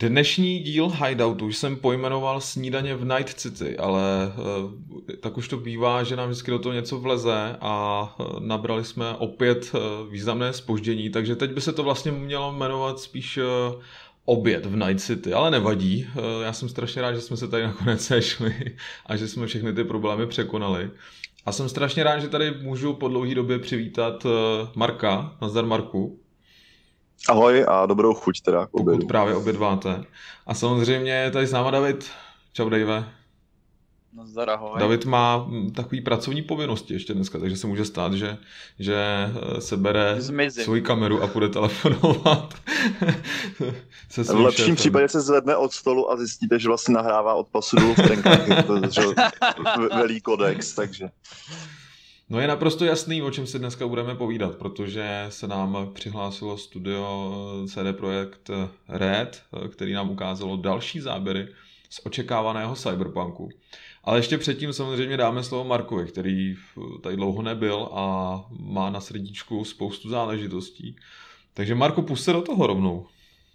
Dnešní díl Hideoutu jsem pojmenoval Snídaně v Night City, ale tak už to bývá, že nám vždycky do toho něco vleze a nabrali jsme opět významné zpoždění, takže teď by se to vlastně mělo jmenovat spíš Oběd v Night City, ale nevadí. Já jsem strašně rád, že jsme se tady nakonec sešli a že jsme všechny ty problémy překonali. A jsem strašně rád, že tady můžu po dlouhé době přivítat Marka. Nazdar, Marku. Ahoj a dobrou chuť teda k Pokud obědu. právě obědváte. A samozřejmě je tady s náma David. Čau, Dave. Nazdar, ahoj. David má takový pracovní povinnosti ještě dneska, takže se může stát, že se bere Zmizím. svoji kameru a půjde telefonovat se V svým lepším šéfem. případě se zvedne od stolu a zjistíte, že vlastně nahrává od pasu dolů v trenkách, že velí kodex, takže. No je naprosto jasný, o čem si dneska budeme povídat, protože se nám přihlásilo studio CD Projekt Red, který nám ukázalo další záběry z očekávaného Cyberpunku. Ale ještě předtím samozřejmě dáme slovo Markovi, který tady dlouho nebyl a má na srdíčku spoustu záležitostí. Takže Marku, pusť se do toho rovnou.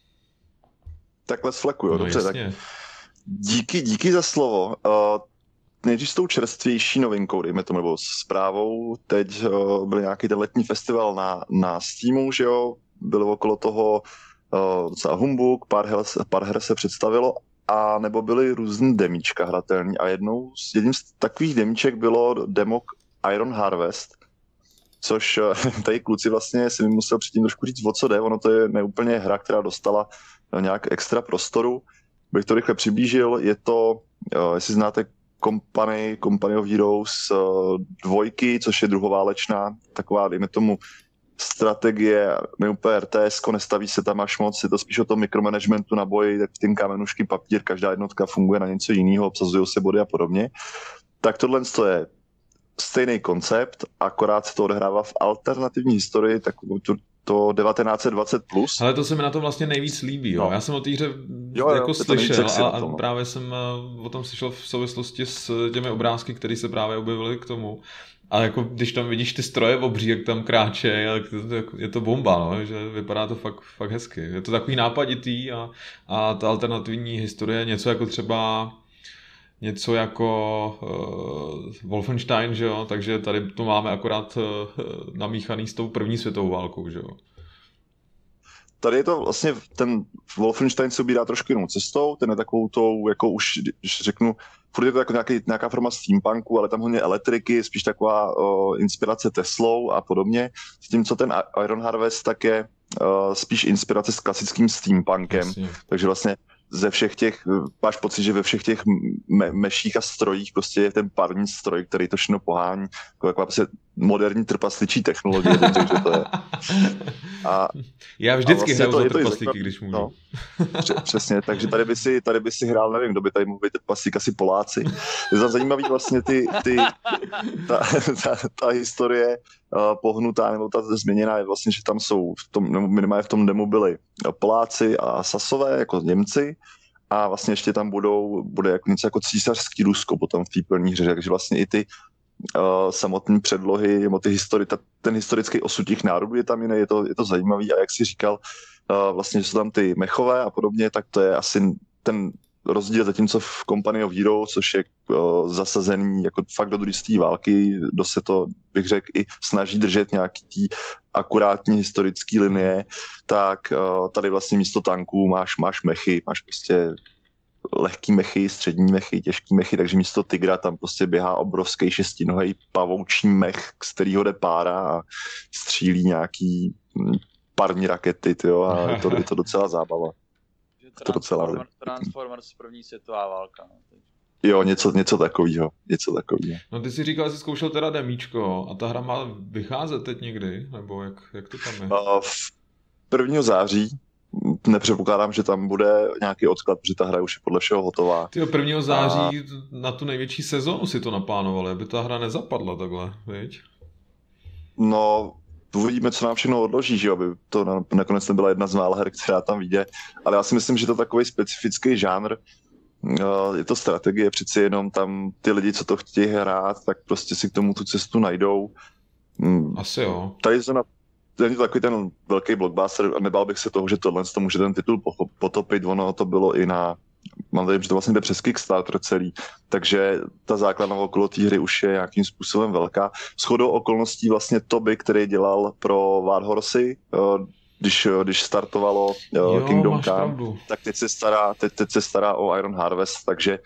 Takhle z fleku, jo, No dobře, tak jasně. díky za slovo. Nejdřív s tou čerstvější novinkou, dejme tomu, nebo zprávou. Teď byl nějaký ten letní festival na Steamu, že jo, bylo okolo toho docela humbuk, pár her se představilo, a nebo byly různý demíčka hratelný a jedním z takových demíček bylo demo Iron Harvest, což tady kluci vlastně si mi musel předtím trošku říct, o co jde. Ono to je neúplně hra, která dostala nějak extra prostoru. Bych to rychle přiblížil, je to, jestli znáte Company of Heroes 2, což je druhoválečná, taková, dejme tomu, strategie, neúplně RTS, nestaví se tam až moc, je to spíš o tom mikromanagementu na boji, tak tím kamenušky, papír, každá jednotka funguje na něco jiného, obsazují se body a podobně. Tak tohle je stejný koncept, akorát se to odehrává v alternativní historii, tak to 1920 plus. Ale to se mi na to vlastně nejvíc líbí. Jo. No. Já jsem o té hře Jo, jako to nejvíc slyšel sexy na a tom, no. právě jsem o tom slyšel v souvislosti s těmi obrázky, které se právě objevily k tomu. A jako když tam vidíš ty stroje obří, jak tam kráčejí, je to bomba, no, že vypadá to fakt hezky. Je to takový nápaditý a ta alternativní historie něco jako Wolfenstein, že jo, takže tady to máme akorát namíchaný s tou první světovou válkou, že jo. Tady je to vlastně, ten Wolfenstein se ubírá trošku jinou cestou, ten je takovou tou, jako už, když řeknu, furt je to jako nějaká forma steampunku, ale tam hodně elektriky, spíš taková inspirace Teslou a podobně. S tím, co ten Iron Harvest, tak je spíš inspirace s klasickým steampunkem. Jasně. Takže vlastně ze všech těch, máš pocit, že ve všech těch meších a strojích prostě je ten parní stroj, který to všechno pohání, taková prostě moderní trpasličí technologie, takže to je. Já vždycky vlastně hraju za je to i trpaslíky, když můžu. No, přesně, takže tady by si hrál, nevím, kdo by tady mohl být trpaslík, asi Poláci. Je tam zajímavý vlastně ta historie pohnutá, nebo ta změněná je vlastně, že tam jsou, minimálně v tom demo byli Poláci a Sasové, jako Němci, a vlastně ještě tam bude jako něco jako císařský Rusko potom v té plní hře, takže vlastně i ty samotné předlohy, nebo ten historický osud těch národů je tam jiný, je to zajímavý, a jak jsi říkal, vlastně, že jsou tam ty mechové a podobně, tak to je asi ten rozdíl, zatímco v Company of Heroes, což je zasazený jako fakt do druhé světové války, dost se to, bych řekl, i snaží držet nějaký tý akurátní historický linie, tak tady vlastně místo tanků máš mechy, máš prostě lehký mechy, střední mechy, těžký mechy, takže místo tygra tam prostě běhá obrovský šestinohý pavoučí mech, z kterýho jde pára a střílí nějaký parní rakety, tyjo, a je to docela zábava. To docela Transformers první světová válka. No. Jo, něco takového. No ty si říkal, že jsi zkoušel teda demíčko a ta hra má vycházet teď někdy, nebo jak to tam je? V 1. září, nepředpokládám, že tam bude nějaký odklad, protože ta hra už je podle všeho hotová. Tyjo, 1. září na tu největší sezónu si to naplánovali, aby ta hra nezapadla takhle, viď? No, uvidíme, co nám všechno odloží, že jo, aby to nakonec nebyla jedna z mála her, která tam vyjde, ale já si myslím, že to je takový specifický žánr, je to strategie, přeci jenom tam ty lidi, co to chtějí hrát, tak prostě si k tomu tu cestu najdou. Asi jo. Tady není to takový ten velký blockbuster a nebál bych se toho, že tohle to může ten titul potopit. Ono to bylo i mám tady, že to vlastně jde přes Kickstarter celý, takže ta základna okolo té hry už je nějakým způsobem velká. Shodou okolností vlastně Toby, který dělal pro War Horsey, když startovalo Kingdom Come, tak teď se stará o Iron Harvest, takže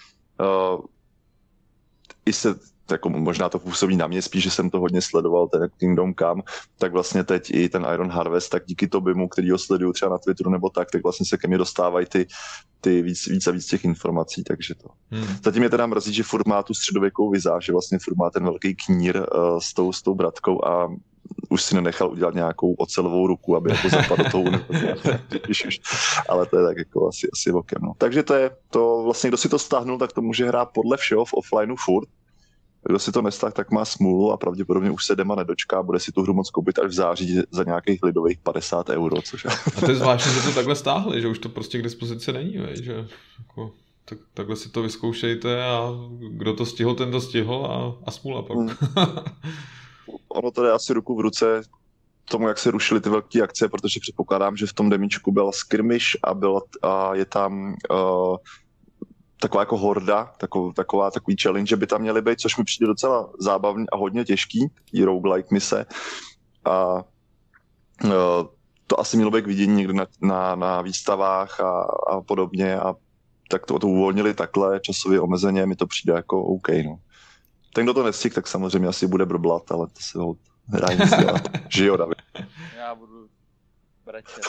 i se jako možná to působí na mě spíš, že jsem to hodně sledoval, ten Kingdom Come, tak vlastně teď i ten Iron Harvest, tak díky Tobymu, který ho sleduju třeba na Twitteru nebo tak vlastně se ke mně dostávají ty víc a víc těch informací, takže to. Zatím je teda mrzí, že furt má tu středověkou vizáž, že vlastně furt má ten velký knír s tou bratkou a už si nenechal udělat nějakou ocelovou ruku, aby jako zapadl do toho ale to je tak jako asi okem. No. Takže to vlastně, kdo si to stáhnul, tak to může hrát podle všeho v offlineu furt. Kdo si to nestáhl, tak má smůlu a pravděpodobně už se dema nedočká a bude si tu hru moc koupit až v září za nějakých lidových 50 €, což je. A to je zvláštní, že to takhle stáhli, že už to prostě k dispozici není, že jako, takhle si to vyzkoušejte a kdo to stihl, ten to stihl a smůla pak. Ono to jde asi ruku v ruce tomu, jak se rušily ty velké akce, protože předpokládám, že v tom demíčku byla skirmish a je tam taková jako horda, takový challenge, že by tam měly být, což mi přijde docela zábavný a hodně těžký, i roguelike mise. A to asi mělo být k vidění někde na výstavách a podobně a tak to uvolnili takhle časově omezeně, mi to přijde jako OK, no. Ten, kdo to nestihl, tak samozřejmě asi bude brblat, ale to se ho nedá nic dělat. Že jo, David? Já budu brečet.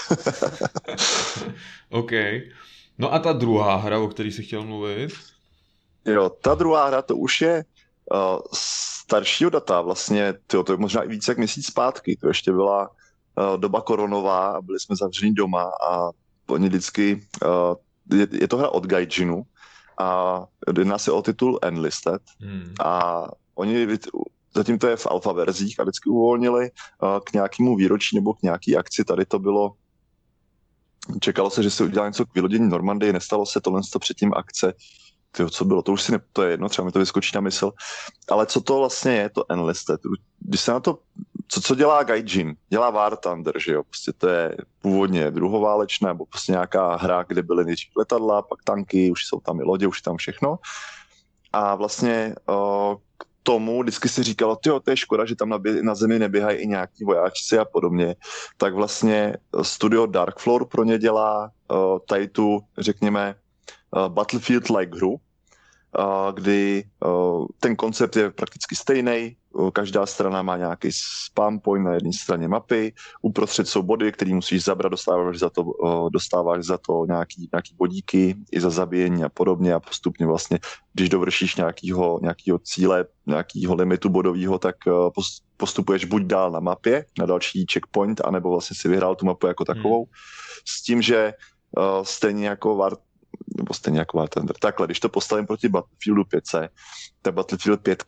OK. No a ta druhá hra, o který jsi chtěl mluvit? Jo, ta druhá hra, to už je staršího data, vlastně, to je možná i víc jak měsíc zpátky, to ještě byla doba koronová a byli jsme zavření doma a oni vždycky, je to hra od Gaijinu a jedná se o titul Enlisted a oni zatím to je v alfa verzích a vždycky uvolnili k nějakému výročí nebo k nějaký akci, tady to bylo. Čekalo se, že se udělá něco k vylodění Normandie, nestalo se tohle předtím akce. Co bylo, to už si to je jedno, třeba mi to vyskočí na mysl. Ale co to vlastně je, to Enlisted? Když se na to, co dělá Gaijin? Dělá War Thunder, že jo? Prostě to je původně druhoválečné, nebo prostě nějaká hra, kde byly nejdřív letadla, pak tanky, už jsou tam i lodě, už je tam všechno. A vlastně tomu vždycky si říkalo, to je škoda, že tam na zemi neběhají i nějaký vojáčci a podobně, tak vlastně studio Darkfloor pro ně dělá tady tu, řekněme, Battlefield-like hru, kdy ten koncept je prakticky stejný, každá strana má nějaký spam point na jedné straně mapy, uprostřed jsou body, který musíš zabrat, dostáváš za to nějaký bodíky i za zabíjení a podobně a postupně vlastně, když dovršíš nějakýho cíle, nějakýho limitu bodového, tak postupuješ buď dál na mapě, na další checkpoint, anebo vlastně si vyhrál tu mapu jako takovou, s tím, že stejně jako War Thunder. Takhle, když to postavím proti Battlefieldu 5C, tak Battlefield 5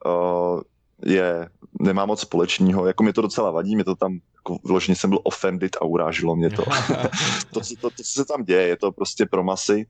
nemá moc společného, jako mě to docela vadí, mě to tam, jako vložně jsem byl offended a urážilo mě to. To, co se tam děje, je to prostě pro masy.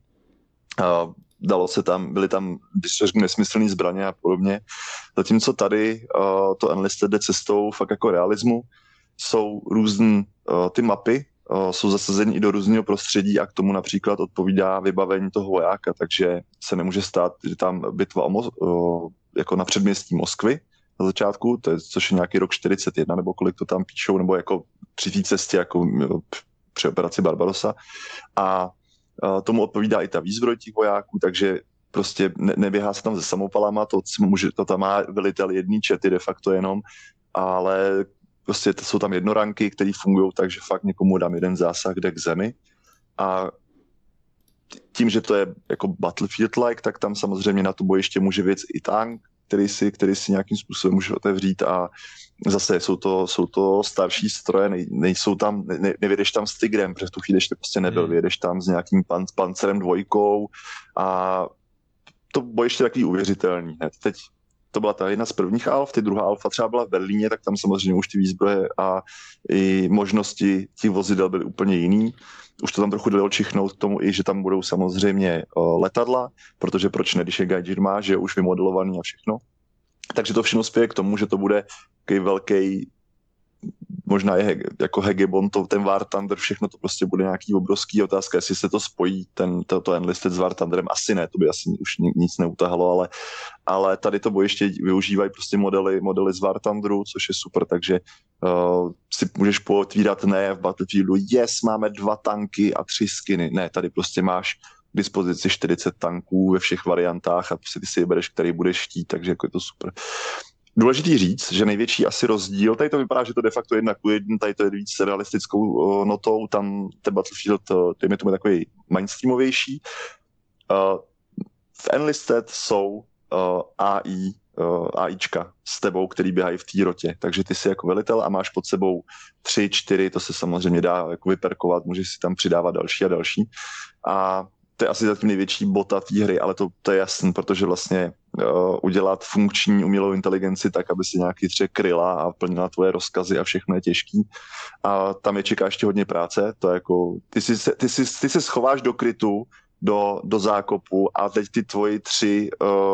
Byly tam, když to řeknu, nesmyslný zbraně a podobně. Zatímco tady to Enlisted jde cestou fakt jako realismu, jsou různý ty mapy, jsou zasazeny i do různého prostředí a k tomu například odpovídá vybavení toho vojáka, takže se nemůže stát, že tam bitva jako na předměstí Moskvy na začátku, což je nějaký rok 41, nebo kolik to tam píšou, nebo jako při té cestě, jako při operaci Barbarossa. A tomu odpovídá i ta výzbroj těch vojáků, takže prostě neběhá se tam se samopalama, to tam má velitel jedný čety de facto jenom, ale prostě to jsou tam jednoranky, které fungují tak, že fakt někomu dám jeden zásah, jde k zemi. A tím, že to je jako Battlefield-like, tak tam samozřejmě na to bojiště může věc i tank, který si nějakým způsobem může otevřít a zase jsou to starší stroje, nevědeš tam s Tigrem, protože v tu chvíli ještě prostě nebyl, vyjedeš tam s nějakým pancerem 2 a to bojiště je takový uvěřitelný. Teď to byla ta jedna z prvních alf, ty druhá alfa třeba byla v Berlíně, tak tam samozřejmě už ty výzbroje a i možnosti těch vozidel byly úplně jiný. Už to tam trochu dalo čichnout k tomu i, že tam budou samozřejmě letadla, protože proč ne, když je Gaijin má, že je už vymodelovaný a všechno. Takže to všechno spěje k tomu, že to bude takový velký možná je jako Hegemon, ten War Thunder, všechno to prostě bude nějaký obrovský otázka, jestli se to spojí, to Enlisted s War Thunderem, asi ne, to by asi už nic neutahalo, ale tady to bojiště využívají prostě modely z War Thunderu, což je super, takže si můžeš pootvírat ne v Battlefieldu, máme 2 tanky a 3 skiny, ne, tady prostě máš k dispozici 40 tanků ve všech variantách a ty si vybereš, který budeš chtít, takže jako je to super. Důležitý říct, že největší asi rozdíl, tady to vypadá, že to de facto 1:1, tady to je víc realistickou notou, tam ten Battlefield, dejme tomu takový mainstreamovější. V Enlisted jsou AIčka s tebou, který běhají v té rotě, takže ty jsi jako velitel a máš pod sebou 3, 4, to se samozřejmě dá jako vyperkovat, můžeš si tam přidávat další a další. A to je asi zatím největší bota té hry, ale to je jasný, protože vlastně udělat funkční umělou inteligenci tak, aby si nějaký třeba kryla a plnila tvoje rozkazy a všechno je těžký. A tam je čeká ještě hodně práce, to je jako, ty se schováš do krytu, do zákopu a teď ty tvoji 3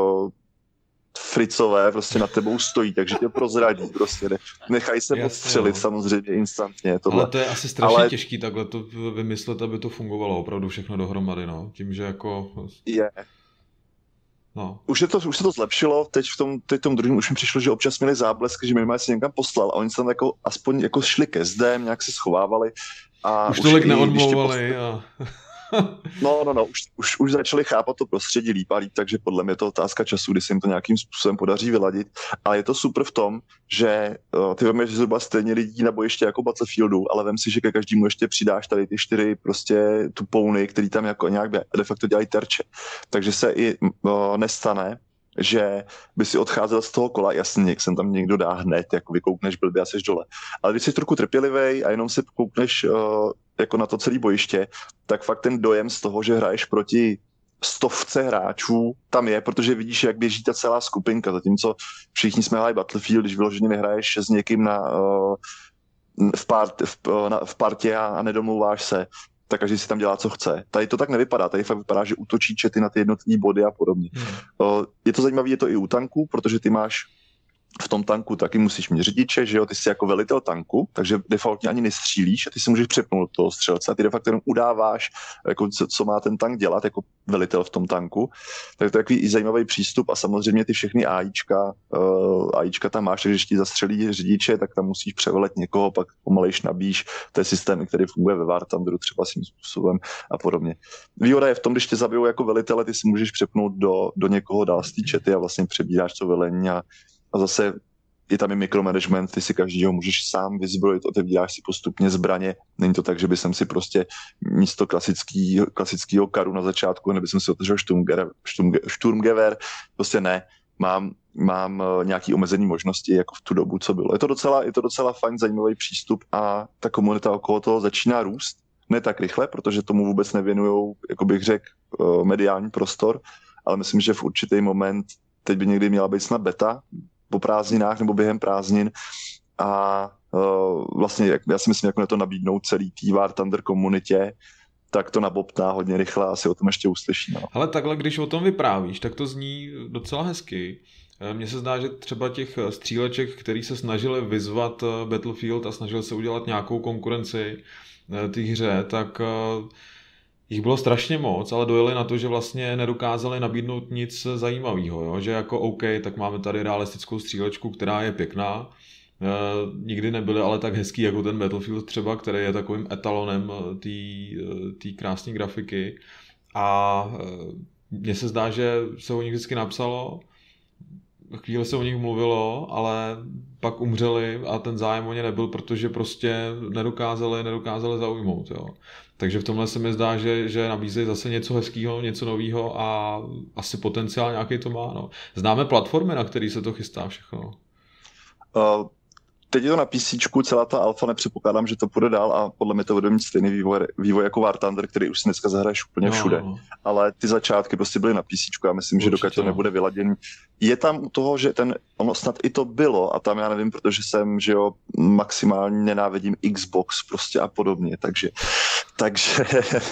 fricové prostě nad tebou stojí, takže tě prozradí, prostě nechají se odstřelit samozřejmě instantně. Tohle. Ale to je asi strašně těžký takhle to vymyslet, aby to fungovalo opravdu všechno dohromady, no. Tím, že jako... Je. No. Už se to zlepšilo, teď v tom druhém už mi přišlo, že občas měli záblesk, že minimálně se někam poslal a oni se tam jako aspoň jako šli ke zdem, nějak se schovávali. A už tolik neodmlouvali a... No, už začali chápat to prostředí líp a líp, takže podle mě je to otázka času, kdy se jim to nějakým způsobem podaří vyladit. Ale je to super v tom, že ty vemeš zhruba stejně lidí na bojiště jako Battlefieldu, ale vem si, že ke každému ještě přidáš tady ty 4 prostě tupouny, který tam jako nějak de facto dělají terče. Takže se i nestane, že by si odcházel z toho kola, jasně, jak sem tam někdo dá hned, jako vykoukneš blbě a seš dole. Ale když jsi trochu trpělivej a jenom si koukneš jako na to celé bojiště, tak fakt ten dojem z toho, že hraješ proti 100 hráčů tam je, protože vidíš, jak běží ta celá skupinka, zatímco všichni jsme hráli Battlefield, když vyloženě nehraješ s někým v partě a nedomlouváš se, tak každý si tam dělá, co chce. Tady to tak nevypadá, tady fakt vypadá, že útočí čety na ty jednotlivé body a podobně. Je to zajímavé, je to i u tanku, protože ty máš v tom tanku taky musíš mít řidiče, že jo, ty jsi jako velitel tanku, takže defaultně ani nestřílíš a ty si můžeš přepnout do toho střelce a ty de facto jenom udáváš, jako co má ten tank dělat jako velitel v tom tanku. Tak to je takový i zajímavý přístup a samozřejmě ty všechny AIčka tam máš, takže když ti zastřelí řidiče, tak tam musíš převelet někoho, pak pomalejš nabíš, to je systém, který funguje ve War Thunderu třeba svým způsobem a podobně. Výhoda je v tom, když tě zabijou jako velitele, ty si můžeš přepnout do někoho dál z té čety a vlastně přebíráš to velení a zase je tam i mikromanagement, ty si každýho můžeš sám vyzbrojit, otevíráš si postupně zbraně. Není to tak, že by jsem si prostě místo klasického karu na začátku, nebo jsem si otevřel Sturmgewehr, prostě ne. Mám nějaký omezený možnosti jako v tu dobu, co bylo. Je to docela fajn, zajímavý přístup a ta komunita okolo toho začíná růst. Ne tak rychle, protože tomu vůbec nevěnujou, jako bych řekl, mediální prostor, ale myslím, že v určitý moment teď by někdy měla být snad beta po prázdninách nebo během prázdnin a vlastně já si myslím, jak na to nabídnou celý tý War Thunder komunitě, tak to nabobtná hodně rychle a asi o tom ještě uslyšíme. Ale takhle, když o tom vyprávíš, tak to zní docela hezky. Mně se zdá, že třeba těch stříleček, který se snažili vyzvat Battlefield a snažili se udělat nějakou konkurenci té hře, tak jich bylo strašně moc, ale dojeli na to, že vlastně nedokázali nabídnout nic zajímavého, jo? Že jako OK, tak máme tady realistickou střílečku, která je pěkná, nikdy nebyly ale tak hezký jako ten Battlefield třeba, který je takovým etalonem té krásné grafiky a mně se zdá, že se o nich vždycky napsalo, chvíli se o nich mluvilo, ale pak umřeli a ten zájem o ně nebyl, protože prostě nedokázali zaujmout, jo. Takže v tomhle se mi zdá, že nabízejí zase něco hezkého, něco nového a asi potenciál nějaký to má. No. Známe platformy, na který se to chystá všechno? Teď je to na PCčku, celá ta alfa, nepředpokládám, že to půjde dál a podle mě to bude mít stejný vývoj jako War Thunder, který už si dneska zahraješ úplně všude. No. Ale ty začátky prostě byly na PCčku a myslím, že dokud to nebude vyladěný. Je tam u toho, že ono snad i to bylo a tam já nevím, protože jsem, že jo, maximálně nenávidím Xbox prostě a podobně, takže Takže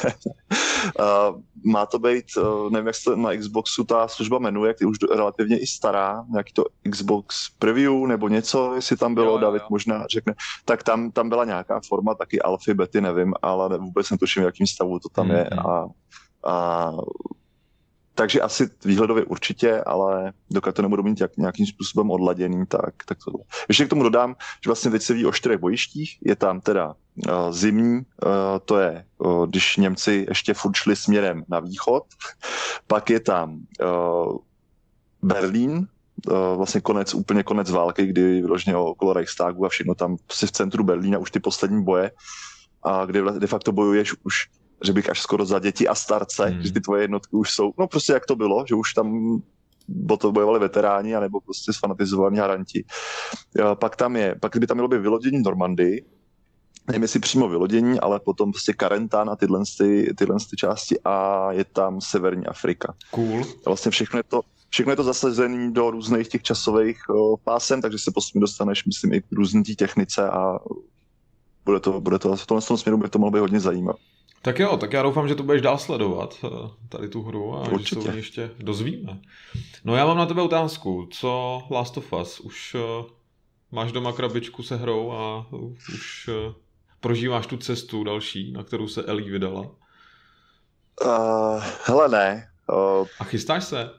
má to být, nevím, jak se na Xboxu ta služba jmenuje, který už relativně i stará, nějaký to Xbox Preview nebo něco, jestli tam bylo, Jo. David možná řekne, tak tam byla nějaká forma, taky alfy, bety, nevím, ale vůbec netuším, v jakým stavu to tam je a takže asi výhledově určitě, ale dokud to nebudou mít nějakým způsobem odladěný, tak tohle. Ještě k tomu dodám, že vlastně teď se ví o 4 bojištích. Je tam teda zimní, to je, když Němci ještě furt šli směrem na východ. Pak je tam Berlín, vlastně úplně konec války, kdy vyloženě okolo Reichstagu a všechno tam v centru Berlína už ty poslední boje, a kde de facto bojuješ už, že bych až skoro za děti a starce, že ty tvoje jednotky už jsou, no prostě jak to bylo, že už tam bojovali veteráni, anebo prostě sfanatizovaní haranti. Pak by tam mělo být vylodění Normandii, nevím jestli přímo vylodění, ale potom prostě Karentán a tyhle části a je tam Severní Afrika. Cool. A vlastně všechno je to zasazené do různých těch časových pásem, takže se postupně dostaneš, myslím, i k různý té technice a bude to v tomhle směru by to mohlo být hodně zajímavé. Tak jo, tak já doufám, že to budeš dál sledovat, tady tu hru, a určitě. že se o ní ještě dozvíme. No já mám na tebe otázku, co Last of Us? Už máš doma krabičku se hrou a už prožíváš tu cestu další, na kterou se Ellie vydala? Hele ne. A chystáš se?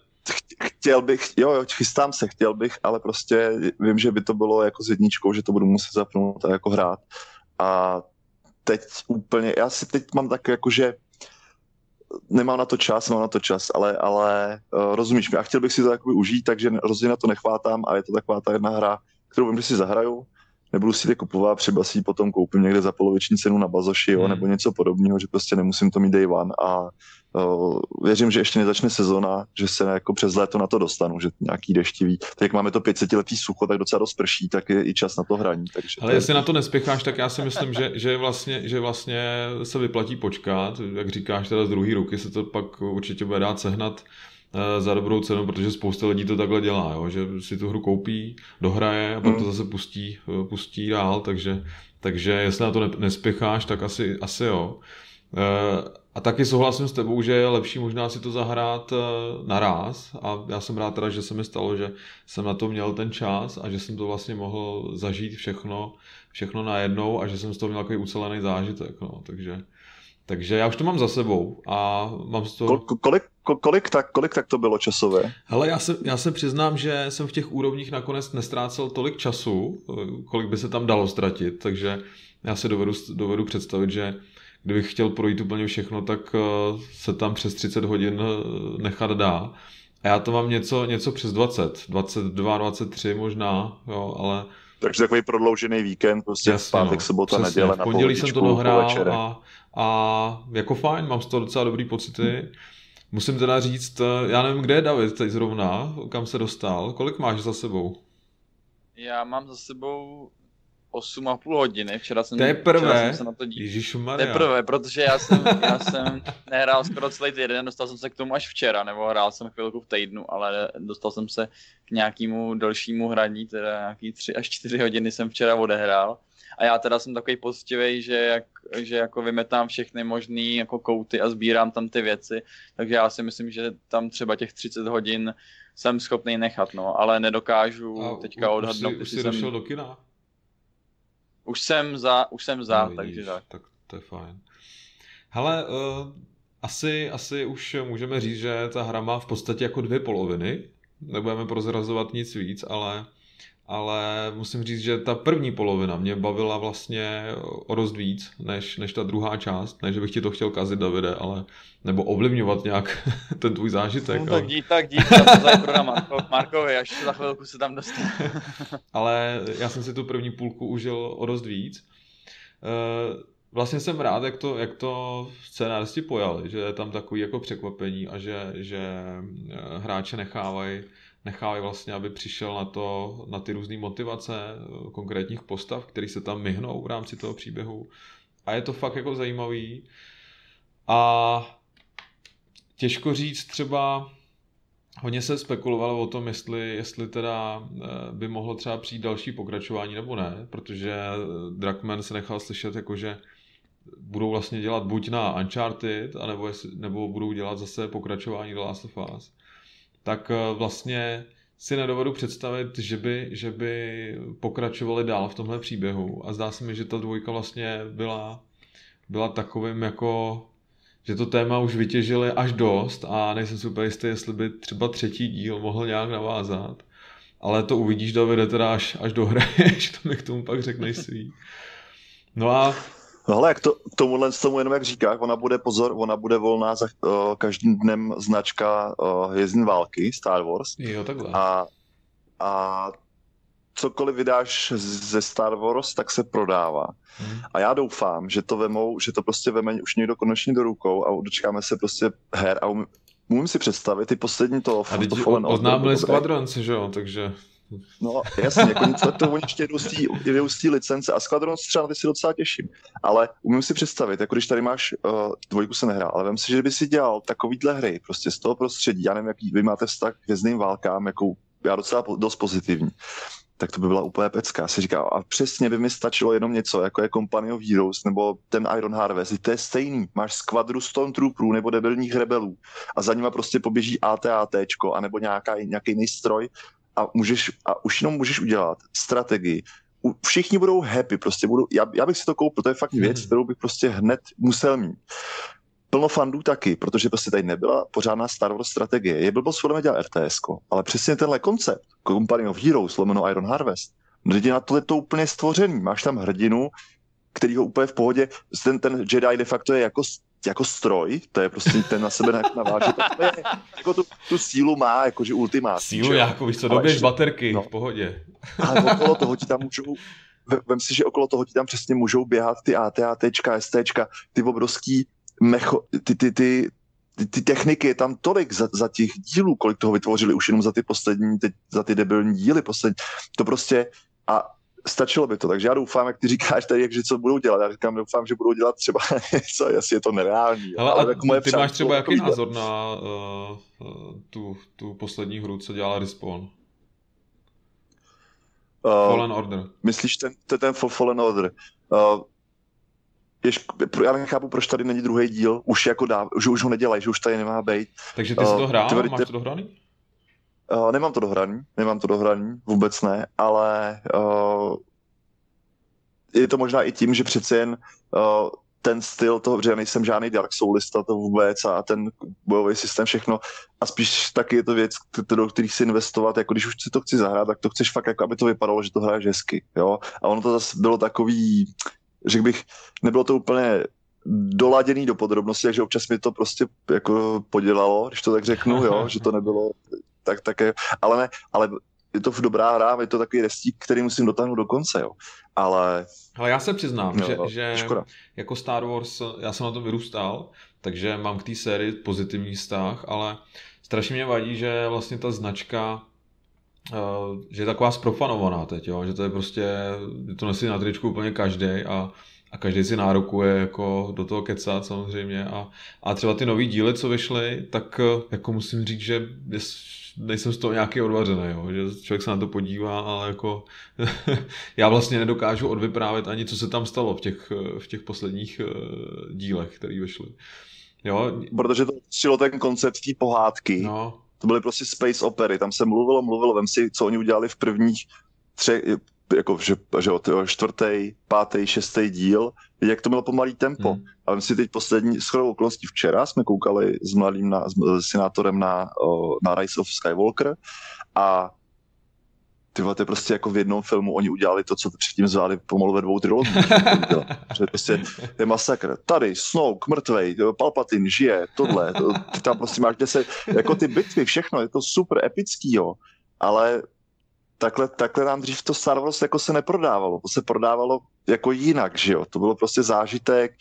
Chystám se, chtěl bych, ale prostě vím, že by to bylo jako s jedničkou, že to budu muset zapnout a jako hrát. A teď úplně, já si teď mám tak jako, že nemám na to čas, ale rozumíš mi, a chtěl bych si to takový užít, takže rozhodně na to nechvátám a je to taková ta jedna hra, kterou vím, že si zahraju, nebudu si to kupovat, třeba si ji potom koupím někde za poloviční cenu na Bazoši, nebo něco podobného, že prostě nemusím to mít day one a věřím, že ještě nezačne sezona, že se jako přes léto na to dostanu, že nějaký deštivý. Tak jak máme to 500letý sucho, tak docela dost prší, tak je i čas na to hraní. Takže ale jestli na to nespěcháš, tak já si myslím, že vlastně se vyplatí počkat. Jak říkáš, teda z druhé ruky se to pak určitě bude dát sehnat za dobrou cenu, protože spousta lidí to takhle dělá, jo? Že si tu hru koupí, dohraje a pak to zase pustí dál, takže jestli na to nespěcháš, tak asi jo. A taky souhlasím s tebou, že je lepší možná si to zahrát naráz a já jsem rád teda, že se mi stalo, že jsem na to měl ten čas a že jsem to vlastně mohl zažít všechno najednou a že jsem z toho měl takový ucelený zážitek, no, takže já už to mám za sebou a mám z toho... Kolik tak to bylo časové? Hele, já se přiznám, že jsem v těch úrovních nakonec nestrácel tolik času, kolik by se tam dalo ztratit, takže já si dovedu představit, že kdybych chtěl projít úplně všechno, tak se tam přes 30 hodin nechat dá. A já to mám něco přes 20, 22, 23 možná, jo, ale... Takže takový prodloužený víkend, prostě jasně, pátek, sobota, neděle na pondělí jsem to dohrál a jako fajn, mám z toho docela dobrý pocity. Musím teda říct, já nevím, kde je David teď zrovna, kam se dostal, kolik máš za sebou? Já mám za sebou 8,5 hodiny, včera jsem se na to díval. Ježišmarja. Teprve, protože já jsem nehrál skoro celý týden, dostal jsem se k tomu až včera, nebo hrál jsem chvilku v týdnu, ale dostal jsem se k nějakému dalšímu hraní, teda nějaký 3 až 4 hodiny jsem včera odehrál. A já teda jsem takový poctivý, že jako vymetám všechny možný jako kouty a sbírám tam ty věci, takže já si myslím, že tam třeba těch 30 hodin jsem schopný nechat, no, ale nedokážu teďka odhadnout. Už jsi došel do kina? Už jsem za, takže tak. Tak to je fajn. Hele, asi už můžeme říct, že ta hra má v podstatě jako 2 poloviny. Nebudeme prozrazovat nic víc, ale musím říct, že ta první polovina mě bavila vlastně o dost víc, než ta druhá část. Ne, že bych ti to chtěl kazit, Davide, nebo ovlivňovat nějak ten tvůj zážitek. No, tak dík, já to tady prodám Markovi, až za chvilku se tam dostane. Ale já jsem si tu první půlku užil o dost víc. Vlastně jsem rád, jak to scénáristi pojali, že je tam takový jako překvapení a že hráče nechávají vlastně, aby přišel na ty různé motivace konkrétních postav, které se tam myhnou v rámci toho příběhu. A je to fakt jako zajímavý. A těžko říct, třeba hodně se spekulovalo o tom, jestli teda by mohlo třeba přijít další pokračování nebo ne, protože Druckmann se nechal slyšet, jakože budou vlastně dělat buď na Uncharted, nebo budou dělat zase pokračování The Last of Us, tak vlastně si nedovedu představit, že by pokračovali dál v tomhle příběhu. A zdá se mi, že ta dvojka vlastně byla takovým jako, že to téma už vytěžili až dost a nejsem si úplně jistý, jestli by třeba třetí díl mohl nějak navázat. Ale to uvidíš, Davide, teda až dohraješ, to mi k tomu pak řekneš svý. No a... No hele, jak k tomu jenom jak říkáš, ona bude volná za každým dnem značka Hvězdné války, Star Wars. Jo, takhle. A cokoliv vydáš ze Star Wars, tak se prodává. A já doufám, že to prostě veme už někdo konečně do rukou a dočkáme se prostě her a umím si představit ty poslední to Fallen Order. Oznámili Squadrons, že jo, takže... No jasně, jako nic to oni ještě jdou z té licence a Squadrons třeba na ty si docela těším. Ale umím si představit, jako když tady máš, dvojku se nehrál, ale vem si, že by si dělal takovýhle hry, prostě z toho prostředí, já nevím, jaký vy máte vztah k Hvězdným válkám, jako já docela dost pozitivní, tak to by byla úplně pecka. Si říká, a přesně by mi stačilo jenom něco, jako je Company of Heroes nebo ten Iron Harvest. To je stejný. Máš skvadru Stormtrooperů nebo debilních rebelů a za nima prostě poběží AT-ATčko anebo nějaký jiný stroj a už jenom můžeš udělat strategii. Všichni budou happy, prostě já bych si to koupil, to je fakt věc, kterou bych prostě hned musel mít. Plno fandů taky, protože prostě tady nebyla pořádná Star Wars strategie. Je blbost podle mě dělat RTS-ko, ale přesně tenhle koncept, Company of Heroes, lomeno Iron Harvest, lidi na to je to úplně stvořený. Máš tam hrdinu, který ho úplně v pohodě, ten Jedi de facto je jako stroj, to je prostě ten na sebe naváže, to je, jako tu sílu má, jakože ultimátní. Sílu jako, víš co, doběž baterky, v pohodě. Ale okolo toho ti tam můžou, vem si, že okolo toho ti tam přesně můžou běhat ty AT-ATčka, STčka, ty obrovský ty techniky je tam tolik za těch dílů, kolik toho vytvořili už jenom za ty poslední, za ty debilní díly poslední. To prostě a stačilo by to. Takže já doufám, jak ty říkáš tady, že co budou dělat. Já říkám, doufám, že budou dělat třeba něco, jestli je to nereální. Hele, ale jako ty máš třeba jaký názor na tu poslední hru, co dělala Respawn? Fallen Order. Myslíš ten Fallen Order? Já nechápu, proč tady není druhý díl, že už ho nedělají, že už tady nemá být. Takže ty jsi to hrál? Máš to dohraný? Nemám to dohraný, vůbec ne, ale je to možná i tím, že přece jen ten styl toho, že já nejsem žádný Dark Soulista to vůbec a ten bojový systém, všechno a spíš taky je to věc, do kterých si investovat, jako když už si to chci zahrát, tak to chceš fakt, jako aby to vypadalo, že to hraješ hezky, jo, a ono to zase bylo takový, řekl bych, nebylo to úplně doladěný do podrobností, takže občas mi to prostě jako podělalo, když to tak řeknu, jo, že to nebylo tak také, ale je to dobrá hra, je to takový restík, který musím dotáhnout do konce, jo, ale já se přiznám, že jako Star Wars, já jsem na to vyrůstal, takže mám k té sérii pozitivní vztah, ale strašně mě vadí, že vlastně ta značka že je taková zprofanovaná teď, jo? Že to je prostě, to nosí na tričku úplně každej a každý si nárokuje jako do toho kecat samozřejmě a třeba ty nový díly, co vyšly, tak jako musím říct, že nejsem z toho nějaký odvařený, jo? Že člověk se na to podívá, ale jako já vlastně nedokážu odvyprávět ani, co se tam stalo v těch posledních dílech, které vyšly. Jo? Protože to střilo ten koncept té pohádky. No. To byly prostě space opery, tam se mluvilo, vem si, co oni udělali v prvních třech, jako, že čtvrtý, pátý, šestý díl, jak to bylo pomalý tempo. A vem si teď poslední, shodou okolností včera jsme koukali s mladým senátorem na Rise of Skywalker a tyhle, to je prostě jako v jednom filmu oni udělali to, co předtím zvládli pomalu ve 2 trilogiích. Že prostě je masakr. Tady Snoke mrtvej, Palpatine žije, tohle. Ty tam prostě máš 10, jako ty bitvy, všechno, je to super epický, jo. Ale takhle nám dřív to Star Wars jako se neprodávalo. To se prodávalo jako jinak, že jo. To bylo prostě zážitek,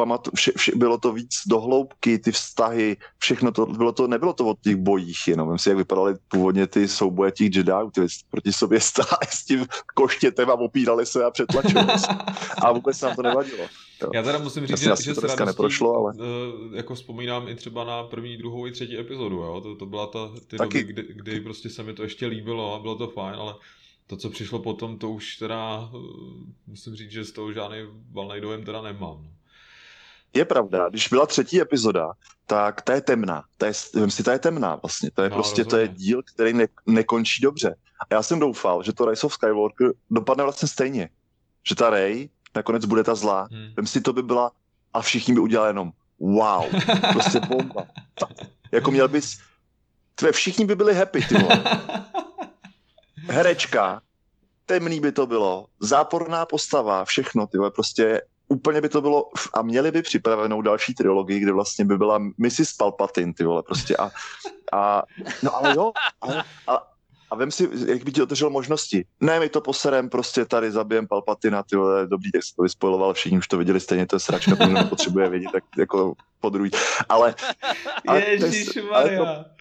bylo to víc dohloubky, ty vztahy, všechno to, nebylo to o těch bojích jenom. Vím si, jak vypadaly původně ty souboje těch Jediů, ty proti sobě stáli s tím koštětem a opírali se a přetlačovali se. A vůbec nám to nevadilo. Jo. Já teda musím říct, že se radostí, neprošlo, ale jako vzpomínám i třeba na první, druhou i třetí epizodu, jo. To byla ty doby, kdy prostě se mi to ještě líbilo a bylo to fajn, ale to, co přišlo potom, to už teda musím říct, že z toho žádný valnej dojem teda nemám. je pravda, když byla 3. epizoda, tak ta je temná. Ta je temná vlastně. To je No, prostě, to rozhodně. je díl, který nekončí dobře. A já jsem doufal, že to Rise of Skywalker dopadne vlastně stejně. Že ta Rey nakonec bude ta zlá. Vem si, to by byla a všichni by udělali jenom wow, prostě bomba. Jako měl bys, všichni by byli happy, ty vole. Herečka, temný by to bylo, záporná postava, všechno, ty vole, prostě úplně by to bylo, a měli by připravenou další trilogii, kde vlastně by byla Mrs. Palpatine, ty vole, prostě no ale jo, a vem si, jak by ti otevřel možnosti. Ne, my to poserem, prostě tady zabijem Palpatina, ty vole, dobrý, jak jsi to vyspojiloval, všichni už to viděli, stejně to je sračka, to nepotřebuje vědět, tak jako podruj. Ale Ježišmarja.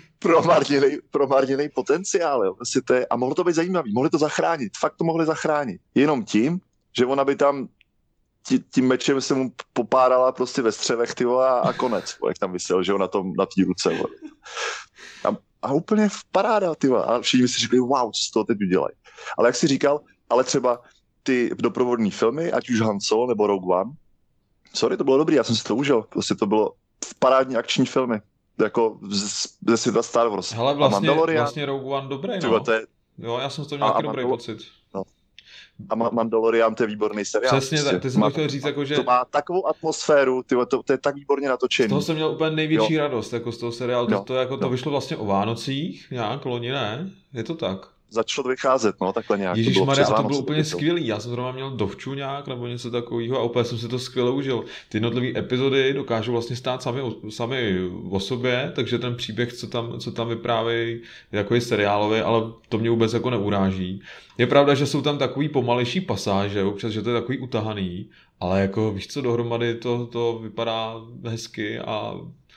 Promarněný potenciál, jo. Vlastně a mohlo to být zajímavý, mohli to zachránit, fakt to mohli zachránit. Jenom tím, že ona by tam tím mečem se mu popárala prostě ve střevech, ty vole, a konec, jak tam vysel, že jo, na té ruce, vole. A úplně v paráda, ty vole. A všichni si řekli, wow, co z toho teď udělají. Ale jak jsi říkal, ale třeba ty doprovodní filmy, ať už Han Solo nebo Rogue One, sorry, to bylo dobrý, já jsem si to užil, prostě to bylo parádní akční filmy. Jako ze světa Star Wars. Hele, vlastně Rogue One dobrý, no. Jo, já jsem z toho měl taky dobrý pocit. No. A Mandalorian, to je výborný seriál. Přesně, prostě. Tak ty jsem to chtěl říct, jako, že... To má takovou atmosféru, to je tak výborně natočený. Z toho jsem měl úplně největší radost, jako z toho seriálu. To vyšlo vlastně o Vánocích, nějak, loni, ne? Je to tak? Začalo vycházet, no, takhle nějak. Ježišmarja, a to bylo úplně skvělý. Já jsem zrovna měl dovču nějak, nebo něco takového a úplně jsem si to skvěle užil. Ty jednotlivé epizody dokážou vlastně stát sami o sobě, takže ten příběh, co tam vyprávějí, jako je seriálový, ale to mě vůbec jako neuráží. Je pravda, že jsou tam takový pomalejší pasáže, občas, že to je takový utahaný, ale jako víš co, dohromady to vypadá hezky a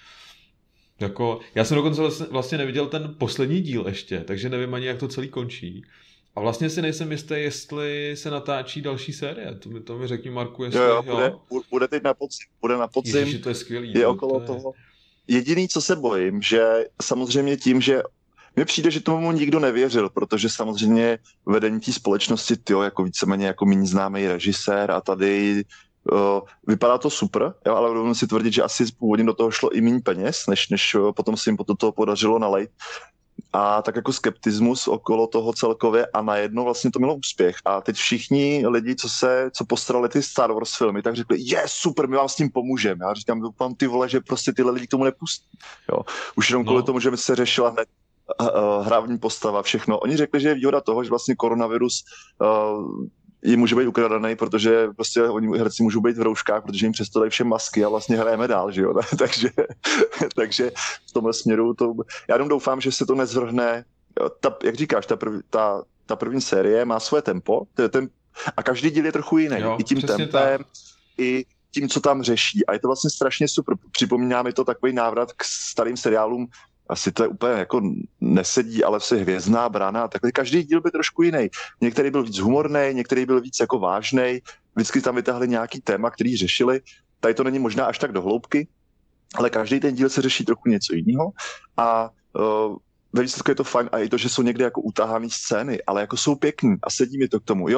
jako, já jsem dokonce vlastně neviděl ten poslední díl ještě, takže nevím ani, jak to celý končí. A vlastně si nejsem jistý, jestli se natáčí další série. To mi řekni, Marku, jestli... Bude teď na podzim. Bude na podzim. Ježiši, to je skvělý. Je okolo toho. Jediný, co se bojím, že samozřejmě tím, že mně přijde, že tomu nikdo nevěřil, protože samozřejmě vedení té společnosti, jako víceméně jako méně známý režisér a tady... vypadá to super, jo, ale budeme si tvrdit, že asi původně do toho šlo i méně peněz, než potom se jim potom toho podařilo nalejt. A tak jako skeptismus okolo toho celkově a najednou vlastně to mělo úspěch. A teď všichni lidi, co postarali ty Star Wars filmy, tak řekli, super, my vám s tím pomůžeme. Já říkám, doufám, ty vole, že prostě tyhle lidi k tomu nepustí. Jo. Už jenom kvůli tomu, že by se řešila hned hlavní postava, všechno. Oni řekli, že je výhoda toho, že vlastně koronavirus jim může být ukradený, protože prostě oni herci můžou být v rouškách, protože jim přesto všem masky a vlastně hrajeme dál, že jo. takže v tomhle směru já jenom doufám, že se to nezvrhne. Jak říkáš, ta první série má svoje tempo a každý díl je trochu jiný. Jo, i tím tempem, i tím, co tam řeší. A je to vlastně strašně super. Připomíná mi to takový návrat k starým seriálům. Asi to je úplně jako nesedí, ale vše Hvězdná brána a takhle. Každý díl byl trošku jiný. Některý byl víc humorný, některý byl víc jako vážnej. Vždycky tam vytáhli nějaký téma, který řešili. Tady to není možná až tak do hloubky, ale každý ten díl se řeší trochu něco jiného. A ve výsledku je to fajn. A i to, že jsou někde jako utahané scény, ale jako jsou pěkný a sedí mi to k tomu.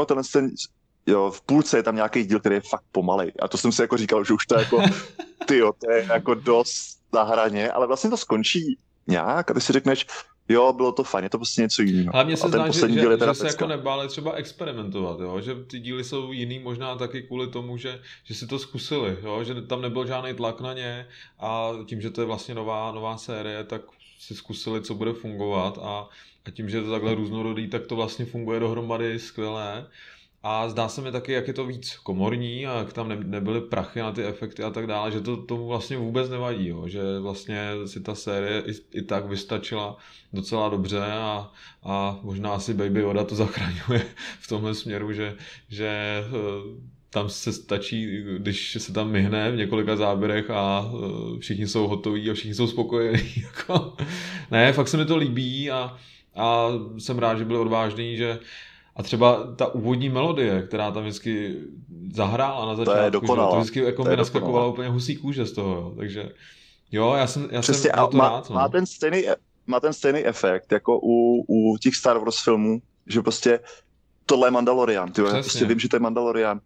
V půlce je tam nějaký díl, který je fakt pomalej. A to jsem si jako říkal, že už to je jako, to je jako dost na hraně, ale vlastně to skončí nějak a ty si řekneš, bylo to fajn, je to prostě něco jiného. Ale mně se zdá, že se jako nebáli třeba experimentovat, jo? Že ty díly jsou jiný možná taky kvůli tomu, že si to zkusili, jo? Že tam nebyl žádný tlak na ně a tím, že to je vlastně nová série, tak si zkusili, co bude fungovat a tím, že je to takhle různorodý, tak to vlastně funguje dohromady skvěle. A zdá se mi taky, jak je to víc komorní a jak tam nebyly prachy na ty efekty a tak dále, že to tomu vlastně vůbec nevadí, jo? Že vlastně si ta série i tak vystačila docela dobře a možná asi Baby Yoda to zachraňuje v tomhle směru, že tam se stačí, když se tam myhne v několika záběrech a všichni jsou hotoví a všichni jsou spokojení. Ne, fakt se mi to líbí a jsem rád, že byli odvážný, že a třeba ta úvodní melodie, která tam vždycky zahrála na začátku, to vždycky jako mi naskakovala úplně husí kůže z toho, jo. Takže jo, já jsem za to rád. Má ten stejný efekt, jako u těch Star Wars filmů, že prostě tohle je Mandalorian, prostě vím, že to je Mandalorian.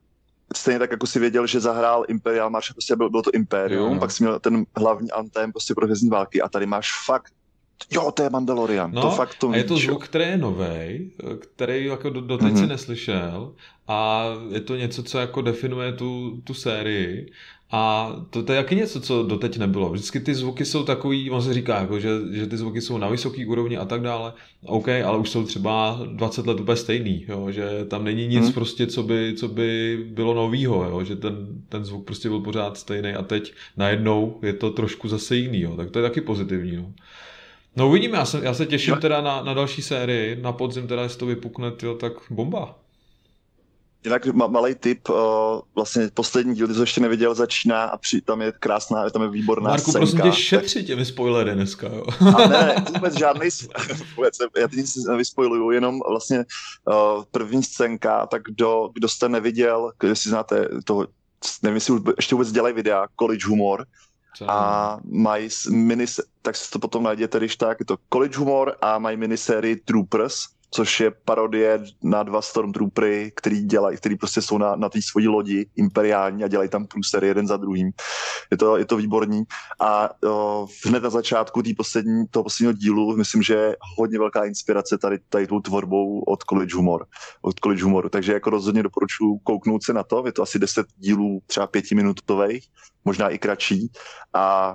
stejně tak, jako si věděl, že zahrál Imperial March, prostě bylo to Imperium, Jo. pak si měl ten hlavní antém prostě pro Hvězdní války a tady máš fakt, jo, to je Mandalorian, to fakt to a je to víš, zvuk, který je novej, který jako doteď si neslyšel a je to něco, co jako definuje tu sérii a to je taky něco, co doteď nebylo. Vždycky ty zvuky jsou takový, on se říká, jako, že ty zvuky jsou na vysoký úrovni a tak dále. OK, ale už jsou třeba 20 let úplně stejný, jo, že tam není nic prostě, co by bylo novýho, jo, že ten zvuk prostě byl pořád stejný a teď najednou je to trošku zase jiný, jo, tak to je taky pozitivní, no. No uvidíme, já se těším teda na další sérii, na podzim teda, jestli to vypukne, tyjo, tak bomba. Jinak malej tip, vlastně poslední díl, ty jsi ještě neviděl, začíná a tam je krásná, tam je výborná Marku, scénka. prosím tě, šetři těmi spoilery dneska, jo. A ne, vůbec žádnej, já teď nic nevyspojluju, jenom vlastně první scénka, tak kdo jste neviděl, jestli znáte toho, nevím, jestli ještě vůbec dělají videa, College Humor, a mají tak si to potom najděte, když tak, je to College Humor a mají minisérii Troopers, což je parodie na 2 Stormtroopery, který prostě jsou na té svojí lodi imperiální a dělají tam průsery jeden za druhým. Je to výborný. A hned na začátku toho posledního dílu myslím, že je hodně velká inspirace tady tou tvorbou od College Humoru. Takže jako rozhodně doporučuji kouknout se na to. Je to asi 10 dílů, třeba 5minutových, možná i kratší. A